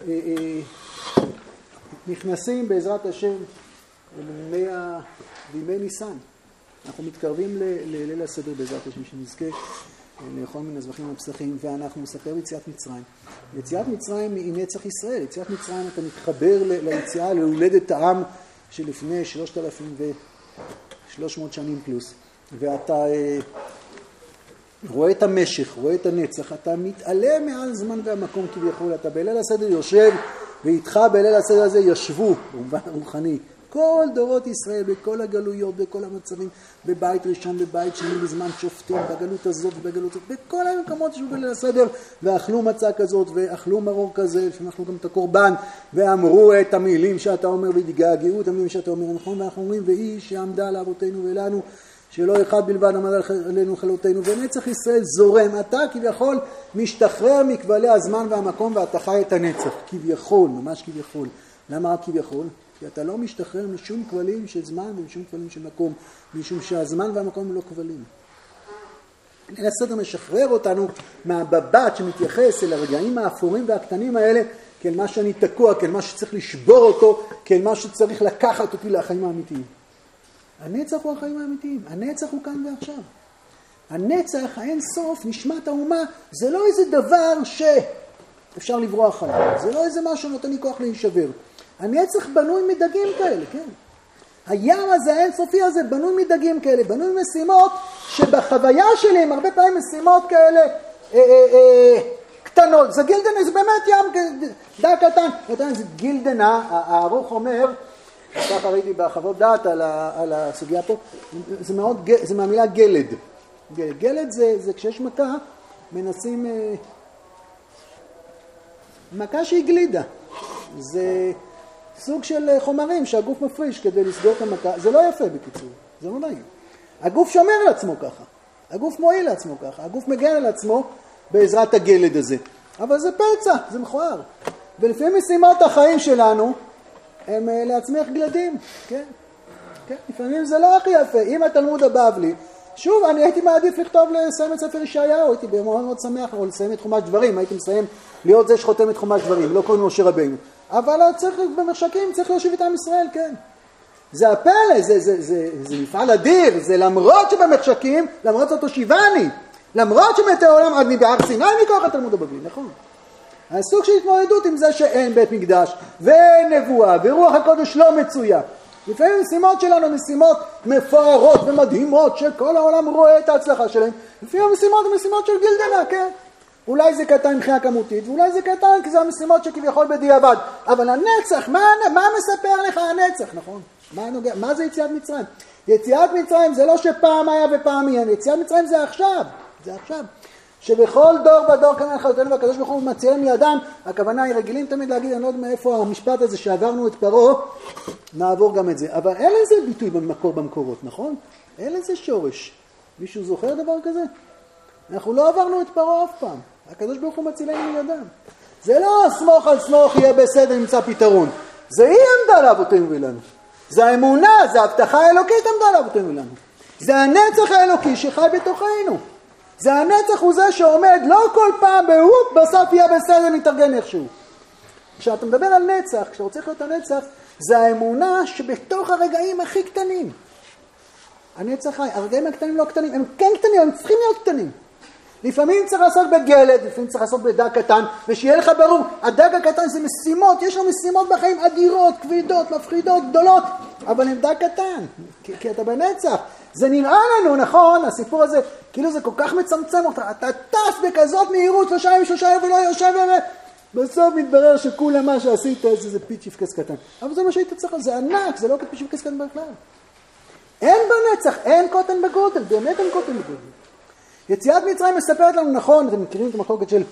נכנסים בעזרת השם בימי ניסן. אנחנו מתקרבים לליל הסדר בעזרת השם, שנזכה לאכול מן הזבחים והפסחים, ואנחנו מספר ביציאת מצרים. יציאת מצרים היא נצח ישראל. יציאת מצרים אתה מתחבר ליציאה, להולדת העם שלפני 3,300 שנים פלוס. ואתה רואה את המשך, רואה את הנצח, אתה מתעלה מעל זמן והמקום כביכול. אתה בליל הסדר יושב, ואיתך בליל הסדר הזה ישבו, במובן הרוחני, כל דורות ישראל, בכל הגלויות, בכל המצבים, בבית ראשון, בבית שני, בזמן שופטים, בגלות הזאת ובגלות הזאת, בכל המקומות שבו בליל הסדר, ואכלו מצה כזאת, ואכלו מרור כזה, שאנחנו גם את הקורבן, ואמרו את המילים שאתה אומר, והתגעגעו את המילים שאתה אומר, נכון? ואנחנו אומרים, והיא שעמדה לאבותינו ולנו, שלא אחד בלבד עמד עלינו חלותינו, ונצח ישראל זורם. אתה כביכול משתחרר מכבלי הזמן והמקום, ואתה חי את הנצח, כביכול, ממש כביכול. למה רק כביכול? כי אתה לא משתחרר משום כבלים של זמן ומשום כבלים של מקום, משום שהזמן והמקום הם לא כבלים. ליל הסדר משחרר אותנו מהבבת שמתייחס אל הרגעים האפורים והקטנים האלה, כאל מה שאני תקוע, כאל מה שצריך לשבור אותו, כאל מה שצריך לקחת אותי לחיים האמיתיים. הנצח הוא החיים האמיתיים, הנצח הוא כאן ועכשיו. הנצח, האין סוף, נשמת האומה, זה לא איזה דבר שאפשר לברוח עליו, זה לא איזה משהו נותן לי כוח להישבר. הנצח בנוי מדגים כאלה, כן? הים הזה, האינסופי הזה, בנוי מדגים כאלה, בנוי משימות שבחוויה שלי הם הרבה פעמים משימות כאלה קטנות. זה גילדנה, זה באמת ים דק קטן, זה גילדנה, הערוך אומר, ככה ראיתי בחוות דעת על הסוגיה פה, זה מהמילה גלד. גלד זה כשיש מכה, מנסים, מכה שהיא גלידה. זה סוג של חומרים שהגוף מפריש כדי לסגור את המכה. זה לא יפה בקיצור, זה לא נעים. הגוף שומר על עצמו ככה, הגוף מועיל לעצמו ככה, הגוף מגן על עצמו בעזרת הגלד הזה. אבל זה פצע, זה מכוער. ולפי משימות החיים שלנו, הם להצמיח גלדים, כן? כן? לפעמים זה לא הכי יפה. אם התלמוד הבבלי, שוב, אני הייתי מעדיף לכתוב לסיים את ספר ישעיהו, הייתי מאוד מאוד שמח, או לסיים את חומש דברים, הייתי מסיים להיות זה שחותם את חומש דברים, לא קוראים משה רבינו. אבל צריך, במרשקים צריך להושיב את עם ישראל, כן. זה הפלא, זה מפעל אדיר, זה למרות שבמרשקים, למרות זאת הושיבני, למרות שמתי העולם עד מבער סיני מכוח התלמוד הבבלי, נכון? הסוג של התמודדות עם זה שאין בית מקדש, ואין נבואה, ורוח הקודש לא מצויה. לפעמים משימות שלנו משימות מפוארות ומדהימות, שכל העולם רואה את ההצלחה שלהם. לפעמים המשימות הן משימות של גילדנה, כן? אולי זה קטן מבחינה כמותית, ואולי זה קטן כי זה המשימות שכביכול בדיעבד. אבל הנצח, מה מספר לך הנצח, נכון? מה זה יציאת מצרים? יציאת מצרים זה לא שפעם היה ופעם יהיה, יציאת מצרים זה עכשיו, זה עכשיו. שבכל דור ודור כאן חלותנו והקדוש ברוך הוא מציע להם לידם, הכוונה היא רגילים תמיד להגיד, אני לא יודע מאיפה המשפט הזה שעברנו את פרעה, נעבור גם את זה. אבל אין לזה ביטוי במקורות, נכון? אין לזה שורש. מישהו זוכר דבר כזה? אנחנו לא עברנו את פרעה אף פעם. הקדוש ברוך הוא מצילנו מידם. זה לא סמוך על סמוך יהיה בסדר, נמצא פתרון. זה היא עמדה לאבותינו ולנו. זה האמונה, זה ההבטחה האלוקית עמדה לאבותינו ולנו. זה הנצח האלוקי שחי בתוכנו. זה הנצח הוא זה שעומד לא כל פעם בהופ, בסוף יהיה בסדר, נתארגן איכשהו. כשאתה מדבר על נצח, כשאתה רוצה להיות הנצח, זה האמונה שבתוך הרגעים הכי קטנים. הנצח חי, הרגעים הקטנים לא קטנים, הם כן קטנים, הם צריכים להיות קטנים. לפעמים צריך לעשות בגלד, לפעמים צריך לעשות בדג קטן, ושיהיה לך ברור, הדג הקטן זה משימות, יש לו משימות בחיים אדירות, כבידות, מפחידות, גדולות, אבל הם דג קטן, כי אתה בנצח. זה נראה לנו, נכון, הסיפור הזה, כאילו זה כל כך מצמצם אותך, אתה טס בכזאת מהירות, 3 ימים ולא יושב, בסוף מתברר שכולה מה שעשית זה פיצ'יפקס קטן. אבל זה מה שהיית צריך, זה ענק, זה לא פיצ'יפקס קטן בכלל. אין בנצח, אין קוטן בגודל, באמת אין קוטן בגודל. יציאת מצרים מספרת לנו, נכון, אתם מכירים את המחלוקת של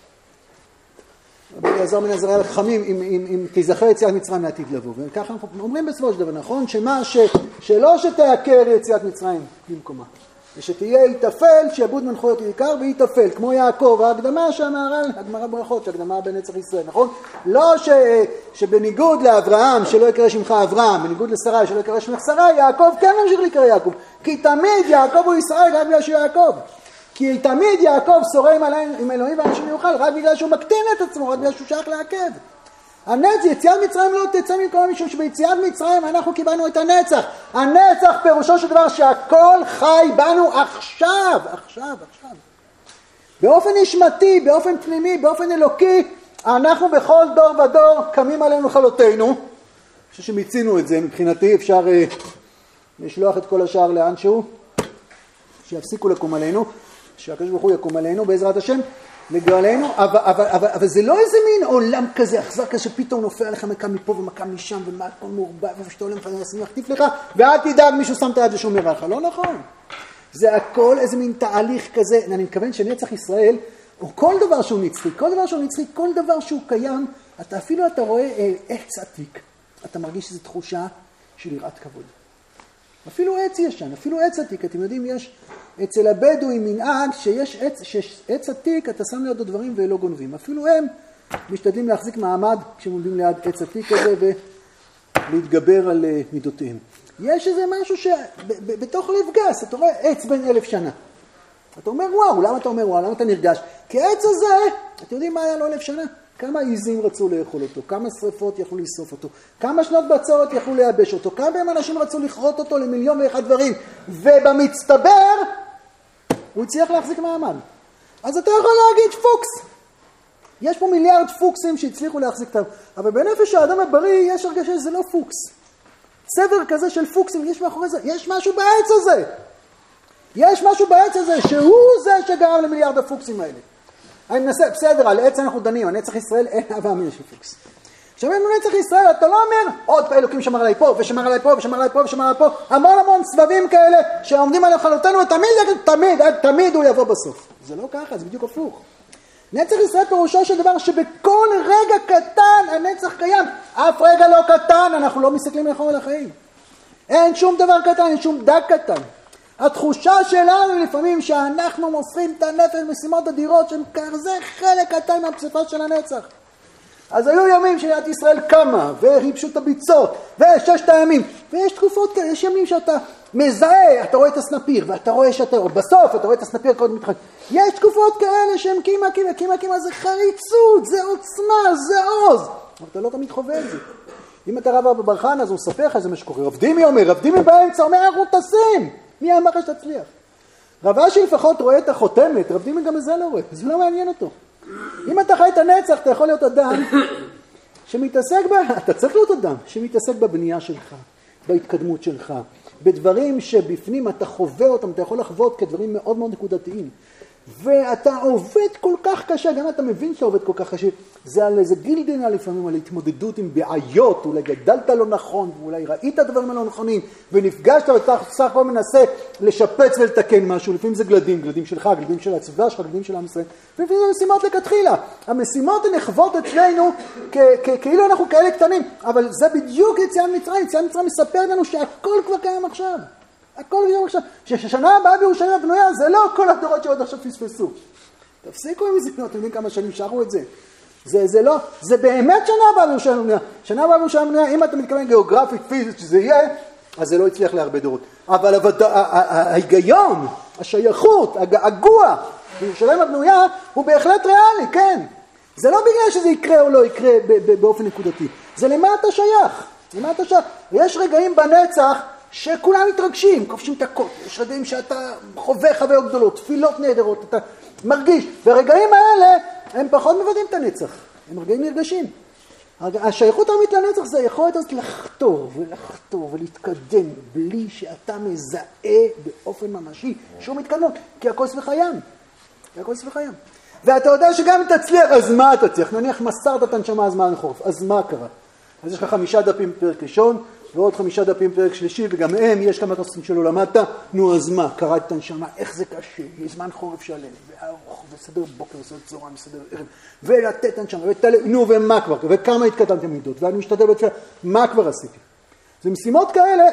רבי אליעזר בן עזריה לחכמים, אם תיזכר יציאת מצרים לעתיד לבוא. וככה אנחנו אומרים בסופו של דבר, נכון, שלא שתעקר יציאת מצרים במקומה, ושתהיה יתפל, שיעבוד מנחות יקר ויתפל, כמו יעקב, ההקדמה שהמהר"ל, הגמרא ברכות, שהקדמה בנצח ישראל, נכון? לא שבניגוד לאברהם, שלא יקרא שמך אברהם, בניגוד לשרי, שלא יקרא שמך שרי, יעקב כן ממשיך לקרוא יעקב, כי תמיד יעקב הוא ישראל רק בגלל שהוא יעקב. כי תמיד יעקב שורה עם אלוהים ואנשים יוכל, רק בגלל שהוא מקטין את עצמו, רק בגלל שהוא שייך לעקב. הנצח, יציאת מצרים לא תצא מכל משום שביציאת מצרים אנחנו קיבלנו את הנצח. הנצח פירושו של דבר שהכל חי בנו עכשיו. באופן נשמתי, באופן פנימי, באופן אלוקי, אנחנו בכל דור ודור קמים עלינו לכלותנו. אני חושב שמיצינו את זה, מבחינתי אפשר לשלוח את כל השאר לאנשהו, שיפסיקו לקום עלינו, שהקדוש ברוך הוא יקום עלינו בעזרת השם. לגרלנו, אבל זה לא איזה מין עולם כזה, אכזר כזה שפתאום נופל עליך מכה מפה ומכה משם ומה הכל מעורבב ושאתה עולם מנסים להחטיף לך ואל תדאג מישהו שם את היד ושומר עליך, לא נכון. זה הכל איזה מין תהליך כזה, אני מתכוון שנצח ישראל, או כל דבר שהוא נצחי, כל דבר שהוא קיים, אפילו אתה רואה עץ עתיק, אתה מרגיש שזו תחושה של יראת כבוד. אפילו עץ ישן, אפילו עץ עתיק, אתם יודעים, יש אצל הבדואים מנהג שיש עץ עתיק, אתה שם לידו דברים ולא גונבים. אפילו הם משתדלים להחזיק מעמד כשהם עומדים ליד עץ עתיק כזה ולהתגבר על מידותיהם. יש איזה משהו שבתוך לב גס, אתה רואה עץ בן 1000 שנה. אתה אומר וואו, למה אתה אומר וואו, למה אתה נרגש? כי העץ הזה, אתם יודעים מה היה לו 1000 שנה? כמה עיזים רצו לאכול אותו, כמה שריפות יכלו לשרוף אותו, כמה שנות בצורת יכלו לייבש אותו, כמה פעמים אנשים רצו לכרות אותו ל1,000,001 דברים, ובמצטבר הוא הצליח להחזיק מעמד. אז אתה יכול להגיד פוקס. יש פה 1,000,000,000 פוקסים שהצליחו להחזיק אותם, אבל בנפש האדם הבריא יש הרגשה שזה לא פוקס. צבר כזה של פוקסים, יש מאחורי זה, יש משהו בעץ הזה. יש משהו בעץ הזה שהוא זה שגרם ל1,000,000,000 הפוקסים האלה. אני מנסה, בסדר, על עץ אנחנו דנים, הנצח ישראל אין אהבה מן של פוקס. כשאומרים נצח ישראל, אתה לא אומר, עוד אלוקים שמר עליי פה, ושמר עליי פה, ושמר עליי פה, ושמר עליי פה, המון סבבים כאלה שעומדים על חלותנו, תמיד הוא יבוא בסוף. זה לא ככה, זה בדיוק הפוך. נצח ישראל פירושו של דבר שבכל רגע קטן הנצח קיים. אף רגע לא קטן, אנחנו לא מסתכלים לאחור על החיים. אין שום דבר קטן, אין שום דג קטן. התחושה שלנו לפעמים שאנחנו מוסרים את הנפש משימות אדירות שהן כזה חלק קטן מהפסיפה של הנצח. אז היו ימים שמדינת ישראל קמה והיבשו את הביצות וששת הימים, ויש תקופות כאלה, יש ימים שאתה מזהה, אתה רואה את הסנפיר ואתה רואה שאתה, בסוף אתה רואה את הסנפיר קודם מתחק. יש תקופות כאלה שהם קימה, זה חריצות, זה עוצמה, זה עוז, אבל אתה לא תמיד חווה את זה. אם אתה רב בברחן אז הוא מספר לך, זה מה שקורה, רבדימי באמצע, אומר אנחנו טסים, מי אמר לך שתצליח? רבה שלפחות רואה את החותמת, רבדימי גם זה לא רואה, זה לא מעניין אותו. אם אתה חי את הנצח, אתה יכול להיות אדם שמתעסק אתה צריך להיות אדם שמתעסק בבנייה שלך, בהתקדמות שלך, בדברים שבפנים אתה חווה אותם, אתה יכול לחוות כדברים מאוד מאוד נקודתיים. ואתה עובד כל כך קשה, גם אתה מבין שאתה עובד כל כך קשה, זה על איזה גילדנה לפעמים, על התמודדות עם בעיות, אולי גדלת לא נכון, ואולי ראית דברים לא נכונים, ונפגשת ואתה סך הכל מנסה לשפץ ולתקן משהו, לפעמים זה גלדים שלך, גלדים של הצבא שלך, גלדים של עם ישראל, ולפעמים זה משימות לכתחילה. המשימות הנחוות אצלנו, כאילו אנחנו כאלה קטנים, אבל זה בדיוק יציאת מצרים. יציאת מצרים מספר לנו שהכל כבר קיים עכשיו. הכל קיים עכשיו. ששנה הבאה בירושלים הבנויה, זה לא כל הדורות שעוד עכשיו פספסו. תפסיקו עם זה, אתם יודעים כמה שנים שרו את זה. זה לא, זה באמת שנה הבאה בירושלים הבנויה. שנה הבאה בירושלים הבנויה, אם אתה מתכוון גיאוגרפית, פיזית, שזה יהיה, אז זה לא יצליח להרבה דורות. אבל ההיגיון, השייכות, הגעגוע, בירושלים הבנויה, הוא בהחלט ריאלי, כן. זה לא בגלל שזה יקרה או לא יקרה באופן נקודתי. זה למה אתה שייך. למה אתה שייך. יש רגעים בנצח שכולם מתרגשים, כובשים את הקוט. יש רגעים שאתה חווה חוויות גדולות, תפילות נהדרות, אתה מרגיש. והרגעים האלה הם פחות מבדים את הנצח. הם רגעים נרגשים. השייכות האמית לנצח זה יכולת אז לחתור ולחתור ולהתקדם בלי שאתה מזהה באופן ממשי שום התקדמות. כי הכל סביבך ים. כי הכל סביבך ים. ואתה יודע שגם אם תצליח, אז מה תצליח? נניח מסרת את הנשמה הזמן חורף, אז מה קרה? אז יש לך 5 דפים פרק ראשון, ועוד 5 דפים פרק שלישי, וגם הם, יש כמה נושאים שלא למדת, נו אז מה? קראת את הנשמה, איך זה קשה? יש זמן חורף שלם, וארוך, וסדר בוקר, וסדר צהריים, וסדר ערב, ולתת את הנשמה, נו ומה כבר, וכמה התקדמתם מידות, ואני משתדל בתפילה, מה כבר עשיתי? זה משימות כאלה,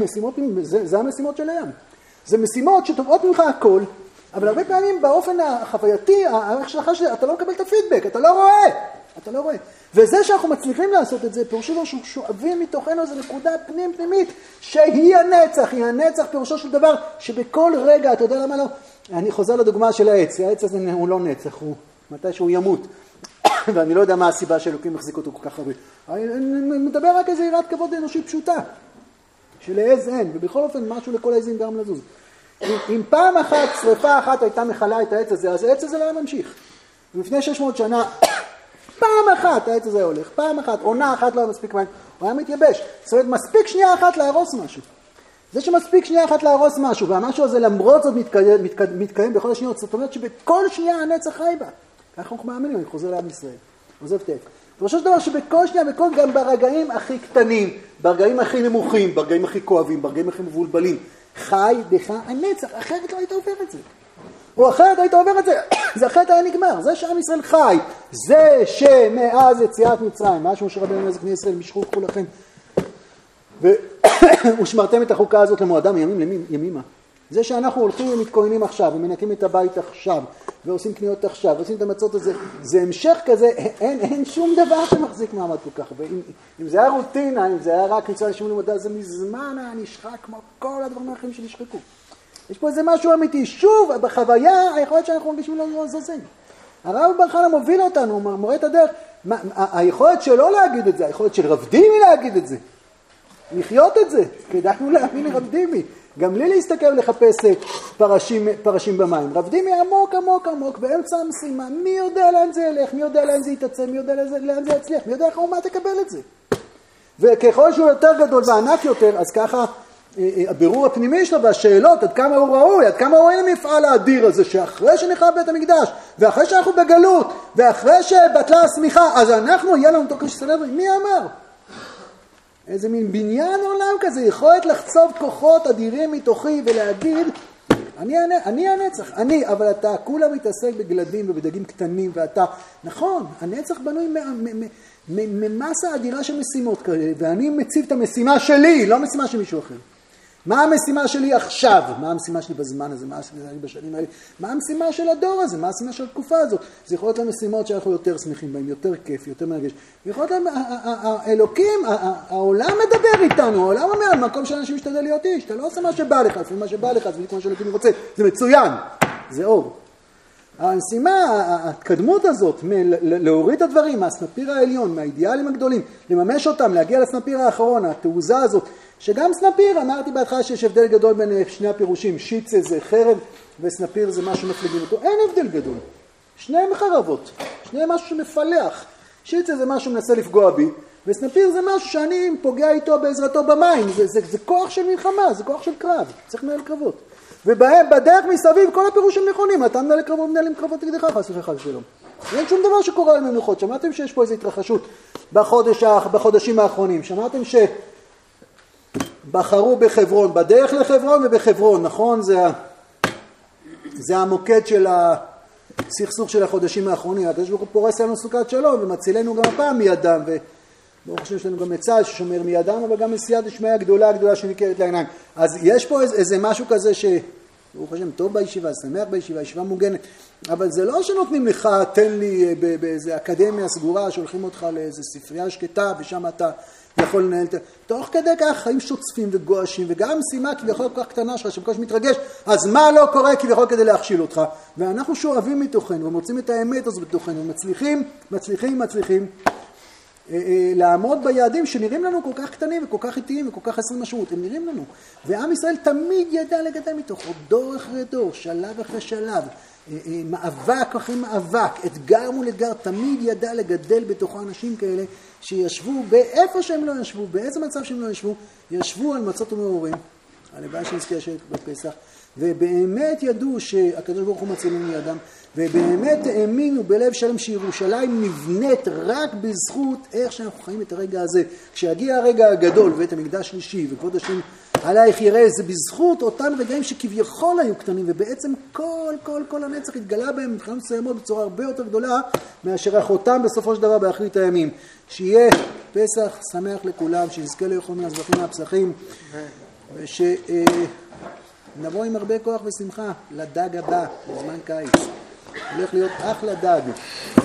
זה המשימות של הים. זה משימות שטובות ממך הכל, אבל הרבה פעמים באופן החווייתי, הערך שלך אתה לא מקבל את הפידבק, אתה לא רואה. וזה שאנחנו מצליחים לעשות את זה, פירושו שהוא שואבים מתוכנו, זה נקודה פנימית, שהיא הנצח, פירושו של דבר, שבכל רגע, אתה יודע למה לא? אני חוזר לדוגמה של העץ, העץ הזה הוא לא נצח, הוא מתי שהוא ימות, ואני לא יודע מה הסיבה שאלוקים מחזיק אותו כל כך הרבה. אני מדבר רק איזו יראת כבוד אנושית פשוטה, שלעז אין, ובכל אופן משהו לכל העזים גרם לזוז. אם פעם אחת, שריפה אחת הייתה מחלה את העץ הזה, אז העץ הזה לא היה ממשיך. ולפני 600 שנה, פעם אחת העץ הזה הולך, פעם אחת, עונה אחת לא היה מספיק מים, הוא היה מתייבש. זאת אומרת, מספיק שנייה אחת להרוס משהו. זה שמספיק שנייה אחת להרוס משהו, והמשהו הזה למרות זאת מתקיים בכל השניות, זאת אומרת שבכל שנייה הנצח חי בה. ככה אנחנו מאמינים, אני חוזר לעם ישראל, עוזב תק. פרושו של דבר שבכל שנייה, גם ברגעים הכי קטנים, ברגעים הכי נמוכים, ברגעים הכי כואבים, ברגעים הכי מבולבלים, חי בך הנצח, אחרת לא היית עובר את זה. או אחרת היית עובר את זה, זה אחרת היה נגמר. זה שעם ישראל חי, זה שמאז יציאת מצרים, משהו שרבנו נזק בני ישראל, משכו קחו לכם, ושמרתם את החוקה הזאת למועדם ימים ימימה. זה שאנחנו הולכים ומתכוננים עכשיו, ומנקים את הבית עכשיו, ועושים קניות עכשיו, ועושים את המצות הזה, זה המשך כזה, אין שום דבר שמחזיק מעמד כל כך. ואם זה היה רוטינה, אם זה היה רק ניצול לשמון למדע, זה מזמן היה נשחק כמו כל הדברים האחרים שנשחקו. יש פה איזה משהו אמיתי. שוב, בחוויה, היכולת שאנחנו מרגישים לא זזים. הרב בר חנה מוביל אותנו, מורה את הדרך. היכולת שלא להגיד את זה, היכולת של רב דימי להגיד את זה. לחיות את זה, כדאי להאמין לרב דימי. גם לי להסתכל ולחפש פרשים במים. רב דימי עמוק, באמצע המשימה. מי יודע לאן זה ילך, מי יודע לאן זה יתעצם, מי יודע לאן זה יצליח, מי יודע איך האומה תקבל את זה. וככל שהוא יותר גדול וענק יותר, אז ככה הבירור הפנימי שלו והשאלות, עד כמה הוא ראוי, עד כמה הוא אין המפעל האדיר הזה, שאחרי שנחרב בית המקדש, ואחרי שאנחנו בגלות, ואחרי שבטלה השמיכה, אז אנחנו, יהיה לנו תוקף סנהדרין. מי אמר? איזה מין בניין עולם כזה, יכולת לחצוב כוחות אדירים מתוכי ולהגיד, אני הנצח, אבל אתה כולה מתעסק בגלדים ובדגים קטנים, ואתה, נכון, הנצח בנוי ממסה אדירה של משימות כאלה, ואני מציב את המשימה שלי, לא משימה של מישהו אחר. מה המשימה שלי עכשיו? מה המשימה שלי בזמן הזה? מה המשימה שלי בשנים האלה? מה המשימה של הדור הזה? מה המשימה של התקופה הזאת? זה יכול להיות למשימות שאנחנו יותר שמחים בהם, יותר כיף, יותר מרגש. יכול להיות להם, האלוקים, העולם מדבר איתנו, העולם אומר, מקום שאנשים משתדל להיות איש, אתה לא עושה מה שבא לך, לפעמים מה שבא לך, זה כמו שאלוקים רוצה, זה מצוין, זה אור. המשימה, ההתקדמות הזאת, להוריד את הדברים מהסנפיר העליון, מהאידיאלים הגדולים, לממש אותם, להגיע לסנפיר האחרון, התעוזה הזאת, שגם סנפיר, אמרתי בהתחלה שיש הבדל גדול בין שני הפירושים, שיצה זה חרב וסנפיר זה משהו מפלגים אותו, אין הבדל גדול, שניהם חרבות, שניהם משהו שמפלח, שיצה זה משהו מנסה לפגוע בי, וסנפיר זה משהו שאני פוגע איתו בעזרתו במים, זה כוח של מלחמה, זה כוח של קרב, צריך לנהל קרבות. ובדרך מסביב כל הפירושים נכונים, אתה מנהל קרבות, מנהלים קרבות נגדך, חס ושלום. אין שום דבר שקורה על מנוחות, שמעתם שיש פה איזו התרחשות בחודשים האחרונים, שמעתם שבחרו בחברון, בדרך לחברון ובחברון, נכון? זה המוקד של הסכסוך של החודשים האחרונים, הקדוש ברוך הוא פורס לנו סוכת שלום ומצילנו גם הפעם מידם, ברוך השם יש לנו גם מצל ששומר מידם, אבל גם מסייעת השמיה הגדולה שנקראת לעיניים. אז יש פה איזה משהו כזה ברוך השם, טוב בישיבה, שמח בישיבה, ישיבה מוגנת, אבל זה לא שנותנים לך, תן לי באיזה אקדמיה סגורה, שולחים אותך לאיזה ספרייה שקטה, ושם אתה יכול לנהל, תוך כדי כך חיים שוצפים וגועשים, וגם משימה כביכול כל כך קטנה שלך, שבקוש מתרגש, אז מה לא קורה כביכול כדי להכשיל אותך? ואנחנו שואבים מתוכנו, ומוצאים את האמת הזו בתוכנו, מצליחים, לעמוד ביעדים שנראים לנו כל כך קטנים וכל כך איטיים וכל כך חסרים משמעות, הם נראים לנו. ועם ישראל תמיד ידע לגדל מתוכו, דור אחרי דור, שלב אחרי שלב, מאבק אחרי מאבק, אתגר מול אתגר, תמיד ידע לגדל בתוכו אנשים כאלה שישבו באיפה שהם לא ישבו, באיזה מצב שהם לא ישבו, ישבו על מצות ומעורים, הלוואי שנזכה לשבת בפסח, ובאמת ידעו שהקדוש ברוך הוא מצילנו מידם, ובאמת האמינו בלב שלם שירושלים נבנית רק בזכות איך שאנחנו חיים את הרגע הזה. כשיגיע הרגע הגדול ואת המקדש שלישי וכבוד השם עלייך יראה, זה בזכות אותם רגעים שכביכול היו קטנים, ובעצם כל הנצח התגלה בהם מבחינות מסוימות בצורה הרבה יותר גדולה מאשר החותם בסופו של דבר באחרית הימים. שיהיה פסח שמח לכולם, שנזכה לאכול מהזבחים מהפסחים, ושנבוא עם הרבה כוח ושמחה לדג הבא בזמן קיץ. הולך להיות אחלה דג.